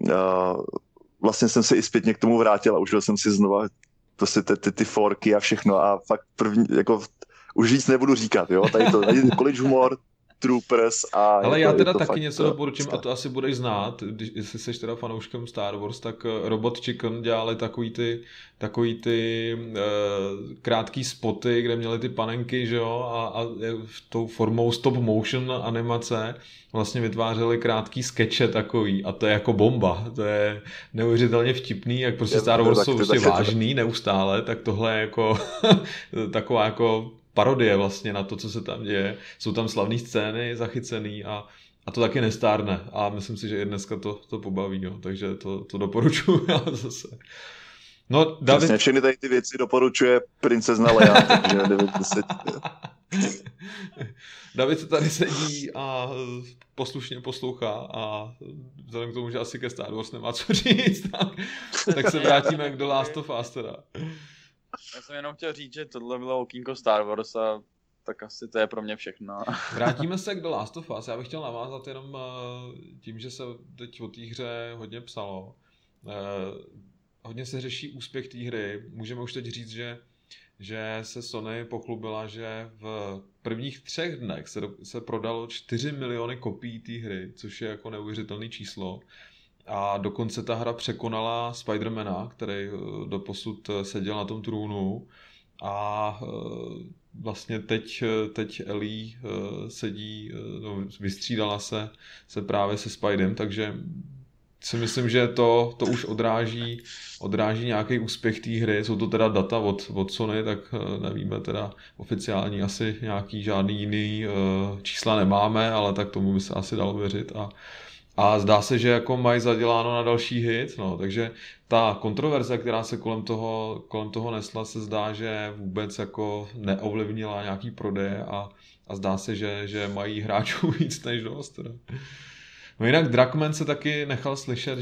vlastně jsem se i zpětně k tomu vrátil a užil jsem si znova prostě ty forky a všechno a fakt první, jako už víc nebudu říkat, jo, tady College Humor, Troopers a... Ale já teda taky něco doporučím a to asi budeš znát, jestli jsi teda fanouškem Star Wars, tak Robot Chicken dělali takový ty krátký spoty, kde měli ty panenky, že jo, a tou formou stop motion animace vlastně vytvářeli krátký skeče takový a to je jako bomba, to je neuvěřitelně vtipný, jak prostě Star Wars jsou prostě vážný neustále, tak tohle je jako taková jako parodie vlastně na to, co se tam děje. Jsou tam slavné scény zachycený a to taky nestárne a myslím si, že i dneska to pobaví, jo. Takže to doporučuji já zase. No, David... Přesně, všechny tady ty věci doporučuje princezna Leia, takže 9-10. David tady sedí a poslušně poslouchá a vzhledem k tomu, že asi ke Star Wars nemá co říct, tak se vrátíme k The Last of Us teda. Já jsem jenom chtěl říct, že tohle bylo okýnko Star Wars a tak asi to je pro mě všechno. Vrátíme se k The Last of Us. Já bych chtěl navázat jenom tím, že se teď o té hře hodně psalo. Hodně se řeší úspěch té hry. Můžeme už teď říct, že se Sony pochlubila, že v prvních 3 dnech se prodalo 4 miliony kopií té hry, což je jako neuvěřitelné číslo. A dokonce ta hra překonala Spidermana, který doposud seděl na tom trůnu a vlastně teď Ellie sedí, vystřídala se právě se Spidem, takže si myslím, že to už odráží nějaký úspěch té hry. Jsou to teda data od Sony, tak nevíme teda oficiální asi nějaký žádný jiný čísla nemáme, ale tak tomu by se asi dalo věřit a zdá se, že jako mají zaděláno na další hit, no, takže ta kontroverze, která se kolem toho nesla, se zdá, že vůbec jako neovlivnila nějaký prodeje a zdá se, že mají hráčů víc než dost. Teda. No jinak Druckmann se taky nechal slyšet,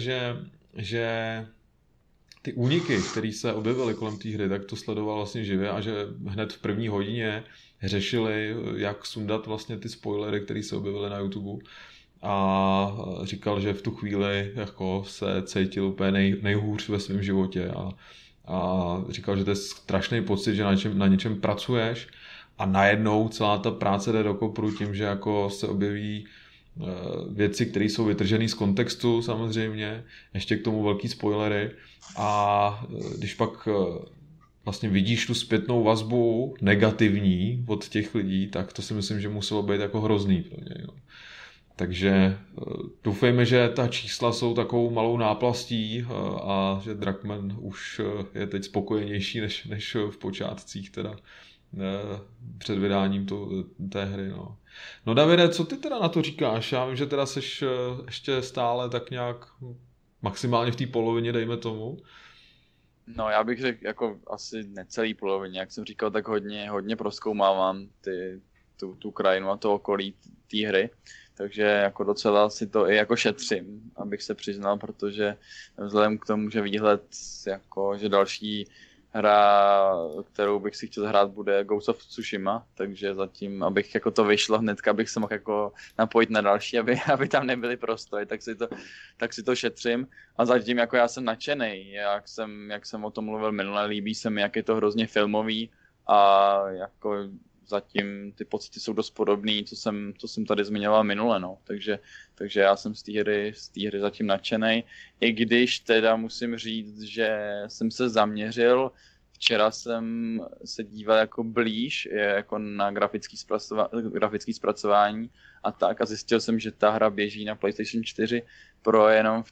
že ty úniky, které se objevily kolem té hry, tak to sledoval vlastně živě a že hned v první hodině řešili, jak sundat vlastně ty spoilery, které se objevily na YouTube. A říkal, že v tu chvíli jako se cítil úplně nejhůř ve svém životě a říkal, že to je strašný pocit, že na něčem pracuješ a najednou celá ta práce jde do kopru tím, že jako se objeví věci, které jsou vytržené z kontextu samozřejmě, ještě k tomu velký spoilery a když pak vlastně vidíš tu zpětnou vazbu negativní od těch lidí, tak to si myslím, že muselo být jako hrozný pro ně. No. Takže doufejme, že ta čísla jsou takovou malou náplastí a že Druckmann už je teď spokojenější než v počátcích teda před vydáním té hry. No Davide, co ty teda na to říkáš? Já vím, že teda seš ještě stále tak nějak maximálně v té polovině, dejme tomu. No já bych řekl jako asi necelý polovině, jak jsem říkal, tak hodně prozkoumávám tu krajinu a to okolí té hry, takže jako docela si to i jako šetřím, abych se přiznal, protože vzhledem k tomu, že výhled, jako, že další hra, kterou bych si chtěl hrát, bude Ghost of Tsushima, takže zatím, abych jako to vyšlo hnedka, abych se mohl jako napojit na další, aby tam nebyly prostory, tak si to šetřím a zatím jako já jsem nadšenej, jak jsem o tom mluvil minule, líbí se mi, jak je to hrozně filmový a jako zatím ty pocity jsou dost podobný, co jsem tady zmiňoval minule, no. Takže já jsem z té hry zatím nadšenej, i když teda musím říct, že jsem se zaměřil, včera jsem se díval jako blíž, jako na grafický zpracování a tak a zjistil jsem, že ta hra běží na PlayStation 4 Pro jenom v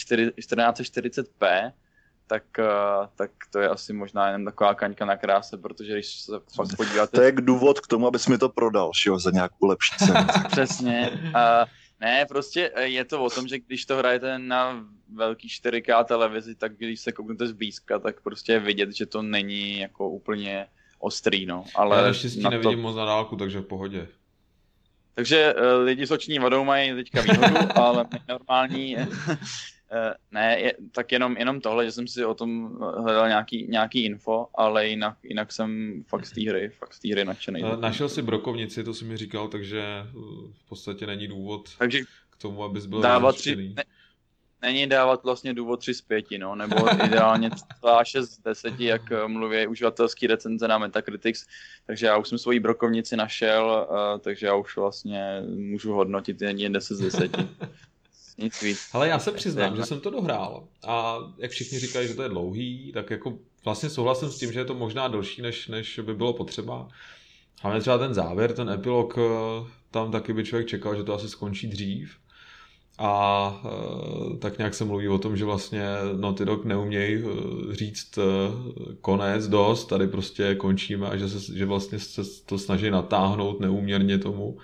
1440p, tak to je asi možná jenom taková kaňka na kráse, protože když se fakt podíváte... To je důvod k tomu, abys mi to prodal, jo, za nějakou lepší cenu. Přesně. Ne, prostě je to o tom, že když to hrajete na velký 4K televizi, tak když se kouknete zblízka, tak prostě je vidět, že to není jako úplně ostrý, no. Ale já naštěstí nevidím moc na dálku, takže v pohodě. Takže lidi s oční vodou mají teďka výhodu, ale normální... Ne, tak jenom tohle, že jsem si o tom hledal nějaký info, ale jinak jsem fakt z té hry nadšenej. Našel si brokovnici, to jsi mi říkal, takže v podstatě není důvod k tomu, abys byl rozhořčený. Není dávat vlastně důvod 3 z 5, no, nebo ideálně 6 z 10, jak mluví uživatelský recenze na Metacritics, takže já už jsem svoji brokovnici našel, takže já už vlastně můžu hodnotit jen 10 z 10. Nic víc. Ale já se přiznám, že jsem to dohrál a jak všichni říkají, že to je dlouhý, tak jako vlastně souhlasím s tím, že je to možná delší, než by bylo potřeba. Ale třeba ten závěr, ten epilog, tam taky by člověk čekal, že to asi skončí dřív. A tak nějak se mluví o tom, že vlastně Naughty Dog neumějí říct konec dost, tady prostě končíme a že vlastně se to snaží natáhnout neúměrně tomu.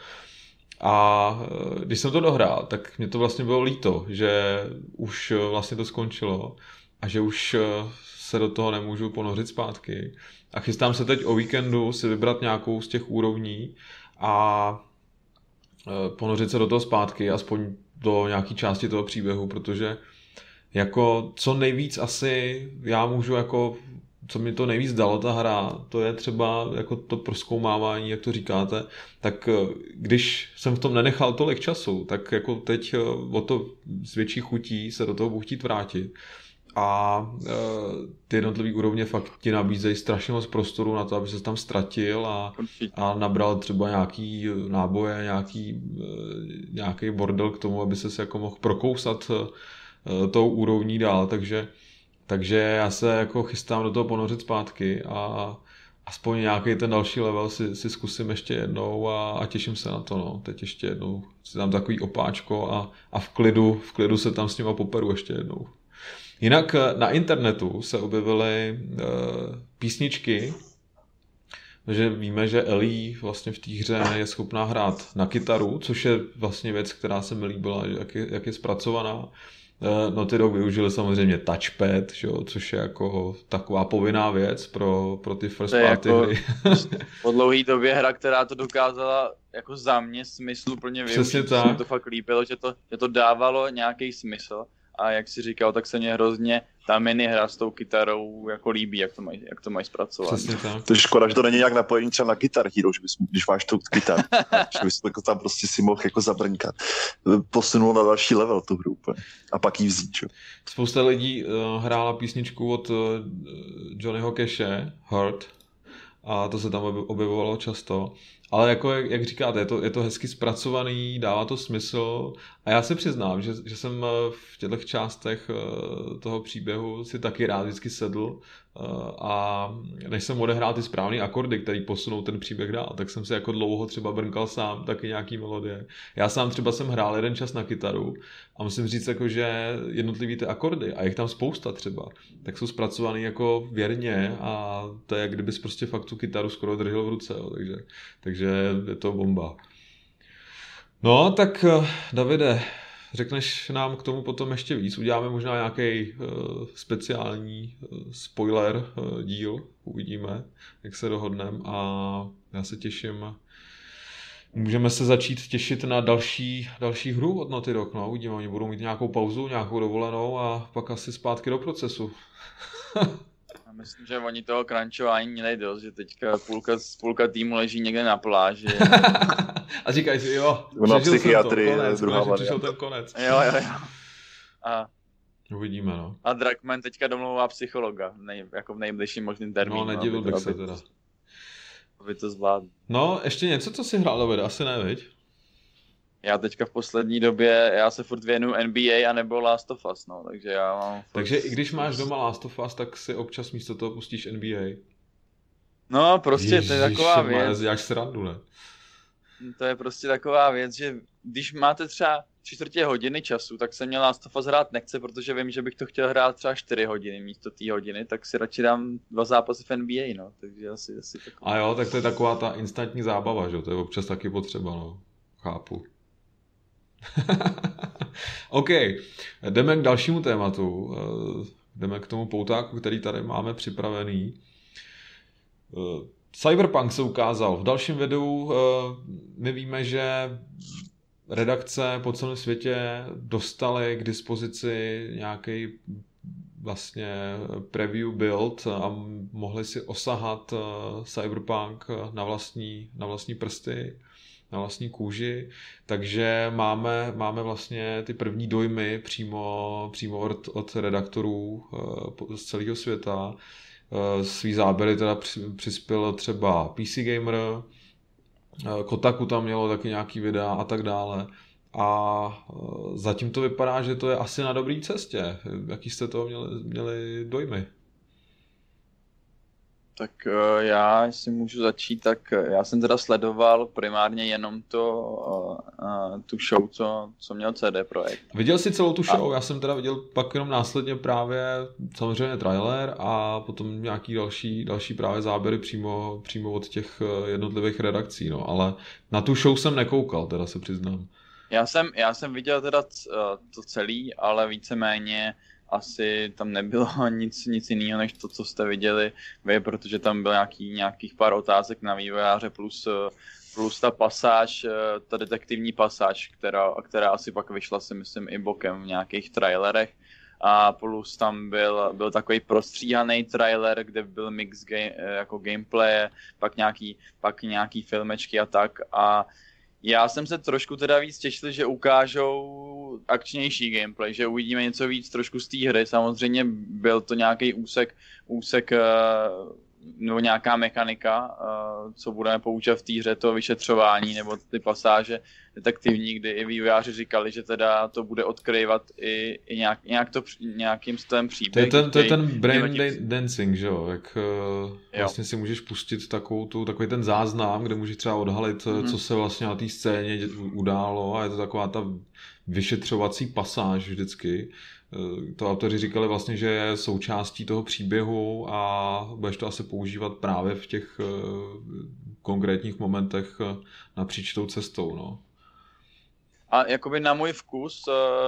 A když jsem to dohrál, tak mě to vlastně bylo líto, že už vlastně to skončilo a že už se do toho nemůžu ponořit zpátky. A chystám se teď o víkendu si vybrat nějakou z těch úrovní a ponořit se do toho zpátky, aspoň do nějaké části toho příběhu, protože jako co nejvíc asi já můžu jako, co mi to nejvíc dalo ta hra, to je třeba jako to prozkoumávání, jak to říkáte, tak když jsem v tom nenechal tolik času, tak jako teď o to s větší chutí se do toho budu chtít vrátit. A ty jednotlivé úrovně fakt ti nabízejí strašně moc prostoru na to, aby se tam ztratil a nabral třeba nějaký náboje, nějaký bordel k tomu, aby se jako mohl prokousat tou úrovní dál, takže já se jako chystám do toho ponořit zpátky a aspoň nějaký ten další level si zkusím ještě jednou a těším se na to, no. Teď ještě jednou si dám takový opáčko a v klidu se tam s nima poperu ještě jednou. Jinak na internetu se objevily písničky, že víme, že Ellie vlastně v té hře je schopná hrát na kytaru, což je vlastně věc, která se mi líbila, jak je zpracovaná. Naughty Dog využili samozřejmě touchpad, což je jako taková povinná věc pro ty first party hry. Po dlouhé době hra, která to dokázala jako za mě smysluplně využít. Přesně tak. Mě to fakt líbilo, že to dávalo nějaký smysl. A jak jsi říkal, tak se mě hrozně ta minihra s tou kytarou jako líbí, jak to mají zpracovat. Přesně tak. To je škoda, že to není nějak napojení třeba na Guitar Hero, když máš tu kytaru. Že bys jako tam prostě si mohl jako zabrnkat. Posunul na další level tu hru úplně. A pak ji vzít, čo? Spousta lidí hrála písničku od Johnnyho Cashe, Hurt, a to se tam objevovalo často. Ale jako jak říkáte, je to hezky zpracovaný, dává to smysl a já se přiznám, že jsem v těchto částech toho příběhu si taky rád vždycky sedl a než jsem odehrál ty správné akordy, který posunou ten příběh dál, tak jsem si jako dlouho třeba brnkal sám taky nějaký melodie. Já sám třeba jsem hrál jeden čas na kytaru a musím říct, jako, že jednotlivý ty akordy, a jich tam spousta třeba, tak jsou zpracovaný jako věrně a to je, jak kdybys prostě fakt tu kytaru skoro držel v ruce, jo, takže je to bomba. No, tak Davide, řekneš nám k tomu potom ještě víc. Uděláme možná nějaký speciální spoiler díl. Uvidíme, jak se dohodneme a já se těším můžeme se začít těšit na další hru od Naughty Dog, no, uvidíme, oni budou mít nějakou pauzu, nějakou dovolenou a pak asi zpátky do procesu. Já myslím, že oni toho crunchování měli dost, že teďka půlka týmu leží někde na pláži. A říkají si, jo, na psychiatrii, druhá přišel ten konec. Jo. A uvidíme, no. A Dragman teďka domlouvá psychologa, jako v nejbližším možným termínu. No, nedivil bych se teda. Aby to zvládl. No, ještě něco, co jsi hrál, Davide, asi ne, viď? Já teďka v poslední době, já se furt věnuju NBA a nebo Last of Us, no, takže já mám... Takže i když máš doma Last of Us, tak si občas místo toho pustíš NBA. No, prostě to je taková věc. Děláš srandu, ne? To je prostě taková věc, že když máte třeba 3/4 hodiny času, tak jsem měl Last of Us hrát nechce, protože vím, že bych to chtěl hrát třeba 4 hodiny místo té hodiny, tak si radši dám 2 zápasy v NBA, no, takže asi taková. A jo, tak to je taková ta instantní zábava, že jo, to je občas taky potřeba, no, chápu. OK, jdeme k dalšímu tématu, jdeme k tomu poutáku, který tady máme připravený. Cyberpunk se ukázal. V dalším videu my víme, že redakce po celém světě dostaly k dispozici nějaký vlastně preview build a mohli si osahat Cyberpunk na vlastní prsty, na vlastní kůži, takže máme vlastně ty první dojmy přímo od redaktorů z celého světa. Svý záběry teda přispěl třeba PC Gamer, Kotaku tam mělo taky nějaký videa a tak dále. A zatím to vypadá, že to je asi na dobré cestě. Jaký jste toho měli dojmy? Tak já, jestli můžu začít, tak já jsem teda sledoval primárně jenom tu show, co měl CD Projekt. Viděl jsi celou tu show? Já jsem teda viděl pak jenom následně právě samozřejmě trailer a potom nějaký další právě záběry přímo od těch jednotlivých redakcí, no, ale na tu show jsem nekoukal, teda se přiznám. Já jsem viděl teda to celý, ale víceméně asi tam nebylo nic jiného, než to, co jste viděli vy, protože tam byl nějakých pár otázek na vývojáře plus ta pasáž, ta detektivní pasáž, která asi pak vyšla, si myslím, i bokem v nějakých trailerech. A plus tam byl takový prostříhaný trailer, kde byl mix jako gameplay, pak nějaký filmečky a tak. A já jsem se trošku teda víc těšil, že ukážou akčnější gameplay, že uvidíme něco víc trošku z té hry. Samozřejmě byl to nějaký úsek nebo nějaká mechanika, co budeme používat v té hře, to vyšetřování nebo ty pasáže detektivní, kdy i vývojáři říkali, že teda to bude odkryvat i nějakým stylem příběh. To je ten brain dancing, že jo? Jak vlastně si můžeš pustit takový ten záznam, kde můžeš třeba odhalit, co se vlastně na té scéně událo a je to taková ta vyšetřovací pasáž vždycky. To autoři říkali vlastně, že je součástí toho příběhu a budeš to asi používat právě v těch konkrétních momentech napříč tou cestou, no. A jakoby na můj vkus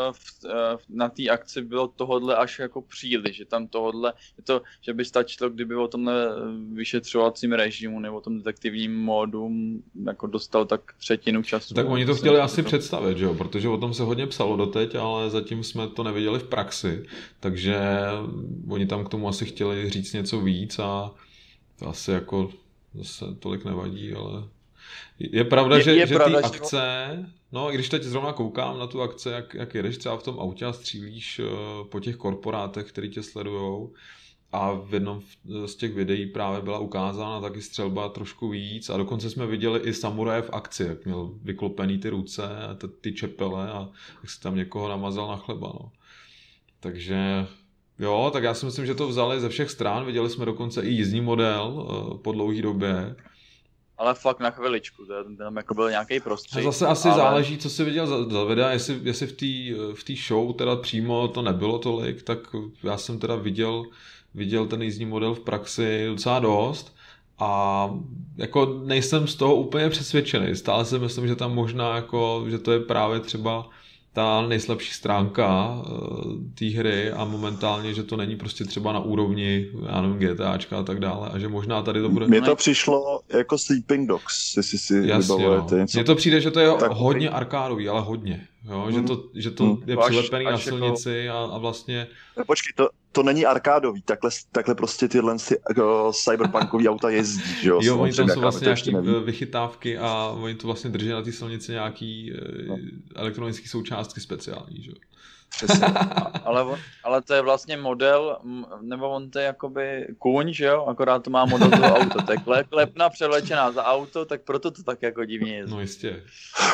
na té akci bylo tohodle až jako příliš, že tam tohodle, že by stačilo, kdyby o tomhle vyšetřovacím režimu nebo o tom detektivním módu jako dostal tak 1/3 času. Tak oni to chtěli asi představit, že jo, protože o tom se hodně psalo doteď, ale zatím jsme to neviděli v praxi, takže oni tam k tomu asi chtěli říct něco víc a to asi jako zase tolik nevadí, ale... Je pravda, že ty akce, no i když teď zrovna koukám na tu akci, jak jedeš třeba v tom autě a střílíš po těch korporátech, který tě sledujou a v jednom z těch videí právě byla ukázána taky střelba trošku víc a dokonce jsme viděli i samuraje v akci, jak měl vyklopený ty ruce a ty čepele a jak si tam někoho namazal na chleba, no. Takže... Jo, tak já si myslím, že to vzali ze všech stran, viděli jsme dokonce i jízdní model po dlouhý době. Ale fakt na chviličku, tam jako byl nějaký prostředí. Zase asi záleží, co jsi viděl za videa, jestli v té show teda přímo to nebylo tolik, tak já jsem teda viděl ten jízdní model v praxi docela dost a jako nejsem z toho úplně přesvědčený. Stále si myslím, že tam možná jako, že to je právě třeba ta nejslabší stránka té hry a momentálně, že to není prostě třeba na úrovni, já nevím, GTAčka a tak dále a že možná tady to bude... Mně to přišlo jako Sleeping Dogs, jestli si vybavujete něco. Mně to přijde, že to je takový... hodně arkádový, ale hodně. Jo? Že to je přilepený na silnici a vlastně... Počkej, to není arkádový, takhle prostě tyhle cyberpunkový auta jezdí, že jo? Jo, oni tam jsou vlastně nějaký vychytávky a oni to vlastně drží na té silnici nějaký elektronické součástky speciální, že jo? Přesně. ale to je vlastně model, nebo on to je jakoby kůň, že jo? Akorát to má model toho auto. To je klepna převlečená za auto, tak proto to tak jako divně jezdí. No jistě.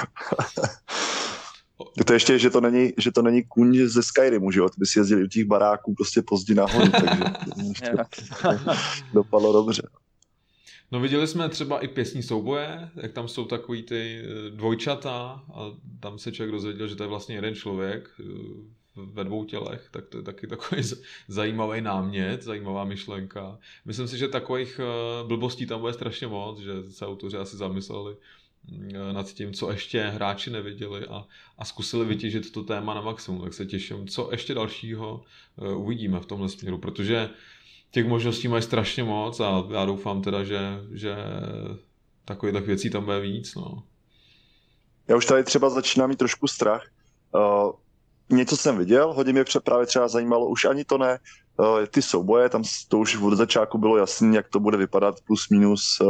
To ještě, že to není kůň ze Skyrimu, že jo? Ty by si jezdili u těch baráků prostě pozdě nahoru, takže dopadlo dobře. No viděli jsme třeba i pěsní souboje, jak tam jsou takový ty dvojčata a tam se člověk dozvěděl, že to je vlastně jeden člověk ve dvou tělech, tak to je taky takový zajímavý námět, zajímavá myšlenka. Myslím si, že takových blbostí tam bude strašně moc, že se autoři asi zamysleli nad tím, co ještě hráči neviděli a zkusili vytěžit to téma na maximum, tak se těším, co ještě dalšího uvidíme v tomhle směru, protože těch možností mají strašně moc a já doufám teda, že takových věcí tam bude víc. No. Já už tady třeba začínám mít trošku strach. Něco jsem viděl, hodně mě právě třeba zajímalo, už ani to ne, ty souboje, tam to už od začátku bylo jasný, jak to bude vypadat plus minus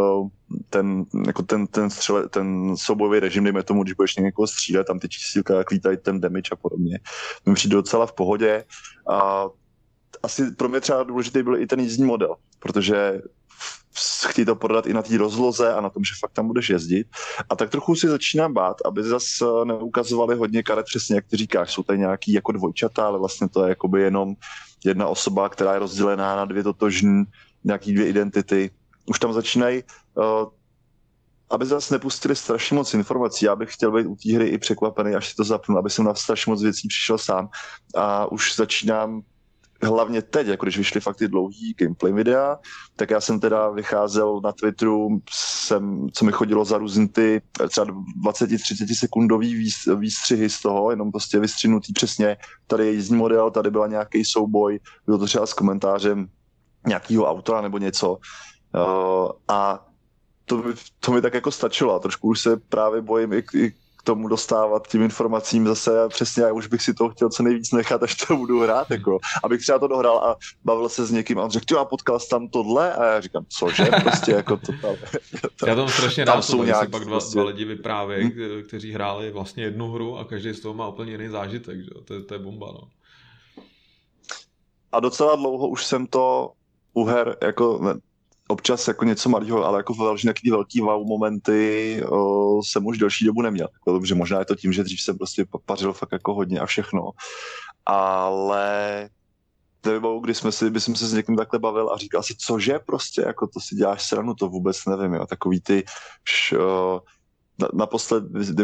ten soubojový režim, dejme tomu, když budeš někoho střílet, tam ty čísílka, jak lítají ten damage a podobně. To mi přijde docela v pohodě. A asi pro mě třeba důležitý byl i ten jízdní model, protože chtějí to prodat i na té rozloze a na tom, že fakt tam budeš jezdit. A tak trochu si začínám bát, aby zase neukazovali hodně karet, přesně jak ty říkáš, jsou tady nějaký jako dvojčata, ale vlastně to je jakoby jenom jedna osoba, která je rozdělená na dvě totožní, nějaký dvě identity. Už tam začínají, aby zase nepustili strašně moc informací. Já bych chtěl být u té hry i překvapený, až si to zapnu, aby jsem na strašně moc věcí přišel sám. A už začínám hlavně teď, jako když vyšly fakt ty dlouhý gameplay videa, tak já jsem teda vycházel na Twitteru, co mi chodilo za různý ty třeba 20-30 sekundový výstřihy z toho, jenom prostě vystřihnutý přesně, tady je jízdní model, tady byla nějaký souboj, bylo to třeba s komentářem nějakého autora nebo něco. A to mi tak jako stačilo a trošku už se právě bojím i k tomu dostávat tím informacím zase přesně, já už bych si to chtěl co nejvíc nechat, až to budu hrát, jako, abych třeba to dohrál a bavil se s někým a on řekl, a potkal jsi tam tohle a já říkám, cože, prostě jako to tam. Já tam strašně rád, jsou nějak, si pak dva lidi vyprávějí, kteří hráli vlastně jednu hru a každý z toho má úplně jiný zážitek, že? To je bomba, no. A docela dlouho už jsem to u her, jako občas jako něco malého, ale jako nějaký velký wow momenty jsem už delší dobu neměl. Dobře, možná je to tím, že dřív jsem prostě pařil fakt jako hodně a všechno. Ale nevybavu, když jsem se s někým takhle bavil a říkal si, cože prostě, jako to si děláš sranu, to vůbec nevím, jo. Takový ty naposled,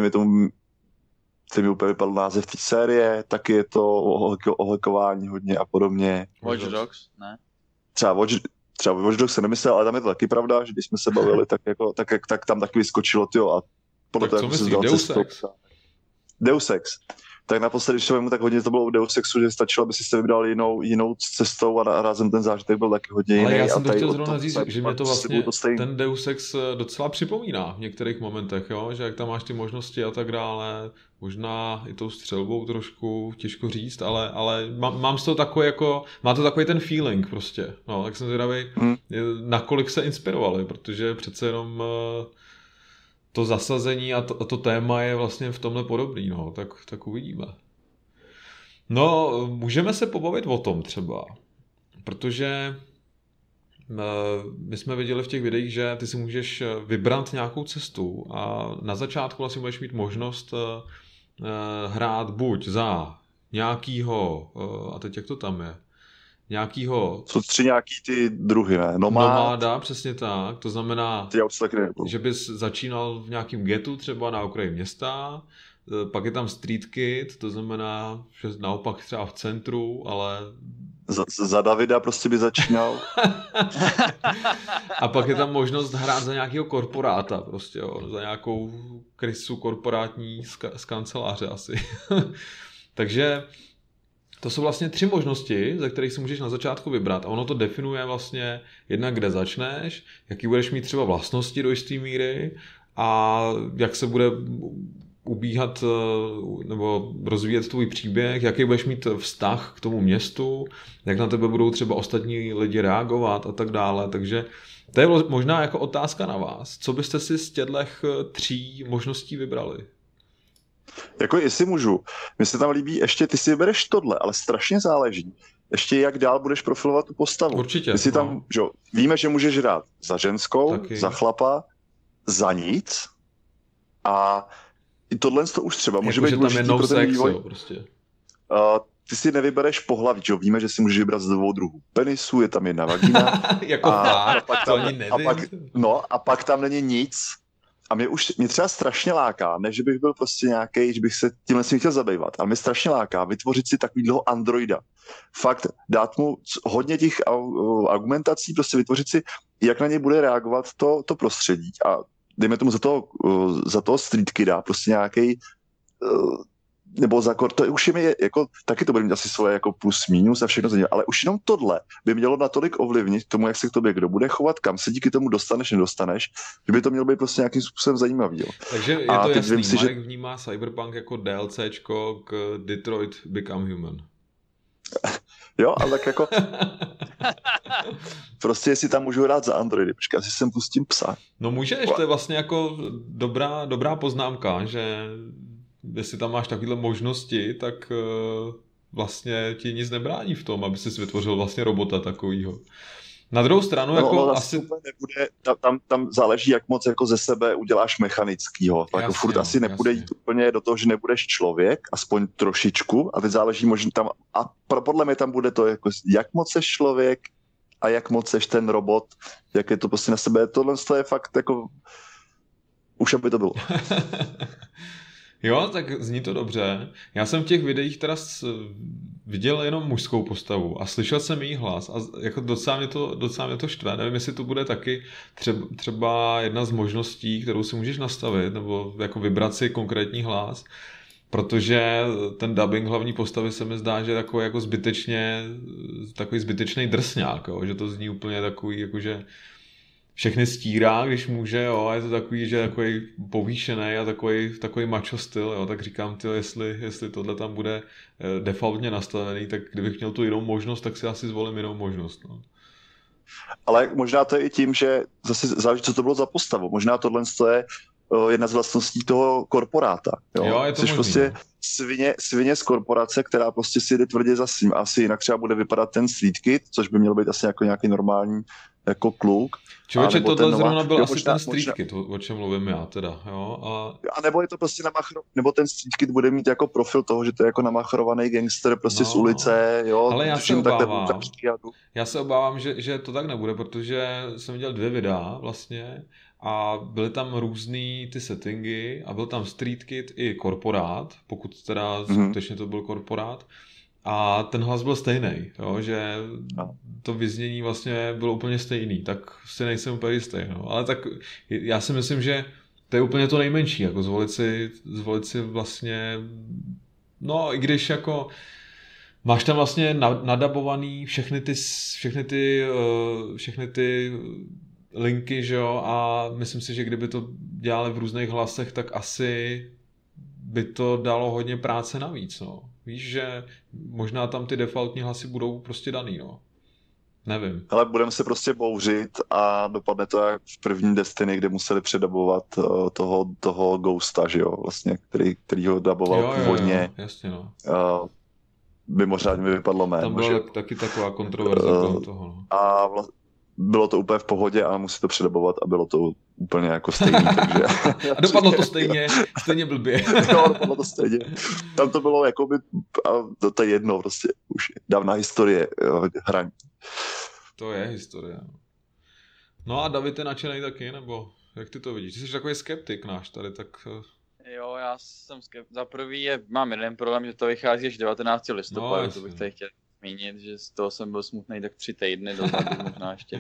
ty mi úplně vypadl název té série, taky je to o hackování hodně a podobně. Watch Dogs, ne? Třeba Watch Dogs se nemyslel, ale tam je to taky pravda, že když jsme se bavili, tak tam taky vyskočilo, tyjo, a podle tak toho, co myslíš, Deus Ex. Tak naposledy, když to vemu, tak hodně to bylo u Deus Exu, že stačilo, aby si vybral jinou cestou a rázem ten zážitek byl taky hodně jiný. Ale já jsem to chtěl zrovna říct, že mě to vlastně ten Deus Ex docela připomíná v některých momentech, jo? Že jak tam máš ty možnosti a tak dále, možná i tou střelbou trošku, těžko říct, ale mám z toho takový jako, má to takový ten feeling prostě, no, tak jsem zvědavý, nakolik se inspirovali, protože přece jenom to zasazení a to téma je vlastně v tomhle podobný, no, tak uvidíme. No, můžeme se pobavit o tom třeba, protože my jsme viděli v těch videích, že ty si můžeš vybrat nějakou cestu a na začátku vlastně budeš mít možnost hrát buď za nějakýho, a teď jak to tam je, nějakýho... Jsou tři nějaký ty druhy, ne? Nomáda, přesně tak. To znamená, že bys začínal v nějakém getu, třeba na okraji města, pak je tam street kid, to znamená, že naopak třeba v centru, ale Za Davida prostě by začínal. A pak je tam možnost hrát za nějakého korporáta prostě, jo, za nějakou krysu korporátní z kanceláře asi. Takže to jsou vlastně 3 možnosti, ze kterých si můžeš na začátku vybrat a ono to definuje vlastně jednak, kde začneš, jaký budeš mít třeba vlastnosti do jisté míry a jak se bude ubíhat nebo rozvíjet tvůj příběh, jaký budeš mít vztah k tomu městu, jak na tebe budou třeba ostatní lidi reagovat a tak dále. Takže to je možná jako otázka na vás. Co byste si z těchto 3 možností vybrali? Jako jestli můžu, mně se tam líbí ještě, ty si vybereš tohle, ale strašně záleží. Ještě jak dál budeš profilovat tu postavu. Určitě. Jestli tam, že, víme, že můžeš hrát za ženskou, Taky. za chlapa, za nic a i tohle to už třeba může Jako, být že tam důležitý je no pro ten sex, vývoj. jo, prostě. Ty si nevybereš pohlaví, že jo? Víme, že si můžeš vybrat z 2 druhů penisu, je tam jedna vagína. Jako fakt, to ani nevím. A pak tam není nic. A mě třeba strašně láká, ne, že bych byl prostě nějaký, že bych se tímhle si chtěl zabývat, ale mě strašně láká vytvořit si takovýhle androida. Fakt dát mu hodně těch argumentací, prostě vytvořit si, jak na něj bude reagovat to prostředí. A dejme tomu za toho street kida, prostě nějaký nebo to už je mi jako, taky to bude mít asi svoje jako plus minus a všechno za ně, ale už jenom tohle by mělo natolik ovlivnit tomu, jak se k tobě kdo bude chovat, kam se díky tomu dostaneš, nedostaneš, že by to mělo být prostě nějakým způsobem zajímavý. Jo. Takže je to jasný, Marek vnímá Cyberpunk jako DLCčko k Detroit Become Human. Jo, ale tak jako prostě jestli tam můžu hrát za Androidy, počkej, asi sem pustím psa. No můžeš, to je vlastně jako dobrá poznámka, že jestli tam máš takovéhle možnosti, tak vlastně ti nic nebrání v tom, aby jsi vytvořil vlastně robota takovýho. Na druhou stranu, no, jako asi nebude, tam záleží, jak moc jako ze sebe uděláš mechanickýho. Jasně, jako furt asi nebude jít úplně do toho, že nebudeš člověk, aspoň trošičku, a teď záleží možná tam, a podle mě tam bude to, jako, jak moc seš člověk a jak moc seš ten robot, jak je to prostě na sebe. Tohle je fakt jako, už aby to bylo. Jo, tak zní to dobře. Já jsem v těch videích teda viděl jenom mužskou postavu a slyšel jsem její hlas a jako docela mě to štve. Nevím, jestli to bude taky třeba jedna z možností, kterou si můžeš nastavit, nebo jako vybrat si konkrétní hlas, protože ten dubbing hlavní postavy se mi zdá, že je takový zbytečný drsňák, jo? Že to zní úplně takový, jakože všechny stírá, když může, jo, a je to takový, že takový povýšený a takový macho styl, jo, tak říkám, jestli tohle tam bude defaultně nastavený, tak kdybych měl tu jinou možnost, tak si asi zvolím jinou možnost, no. Ale možná to je i tím, že zase záleží, co to bylo za postavu. Možná tohle je jedna z vlastností toho korporáta. Jo, je to možný, prostě svině z korporace, která prostě si jde tvrdě za svým. Asi jinak třeba bude vypadat ten street kid, což by měl být asi jako nějaký normální jako kluk. Člověče, tohle zrovna byl asi ten street kid, o čem mluvím já teda. Jo? A nebo je to prostě nebo ten street kid bude mít jako profil toho, že to je jako namachrovaný gangster prostě z ulice. Jo? Ale já se obávám, že to tak nebude, protože jsem viděl 2 videa vlastně a byly tam různý ty settingy a byl tam street kid i korporát, pokud teda skutečně to byl korporát. A ten hlas byl stejný, jo, že to vyznění vlastně bylo úplně stejný, tak si nejsem úplně jistý. No. Ale tak já si myslím, že to je úplně to nejmenší, jako zvolit si vlastně, no i když jako máš tam vlastně nadabovaný všechny ty linky, že jo, a myslím si, že kdyby to dělali v různých hlasech, tak asi by to dalo hodně práce navíc, no. Víš, že možná tam ty defaultní hlasy budou prostě daný, no. Nevím. Ale budeme se prostě bouřit a dopadne to jak v první Destiny, kde museli předabovat toho Ghosta, že jo, vlastně, který ho daboval původně. Jasně, no. Mimořádně mi vypadlo jméno. Tam byla taky taková kontroverze kolem toho, no. A bylo to úplně v pohodě a musí to předabovat a bylo to úplně jako stejný, takže... A dopadlo to stejně blbě. Jo, dopadlo to stejně. Tam to bylo jakoby, a to je jedno prostě, už dávná historie hraní. To je historie. No a David je nadšenej taky, nebo jak ty to vidíš? Ty jsi takový skeptik náš tady, tak... Jo, já jsem skeptik. Za prvý mám jeden problém, že to vychází až 19. listopadu, to bych tady chtěl zmínit, že z toho jsem byl smutný tak 3 týdny dozadu, možná ještě.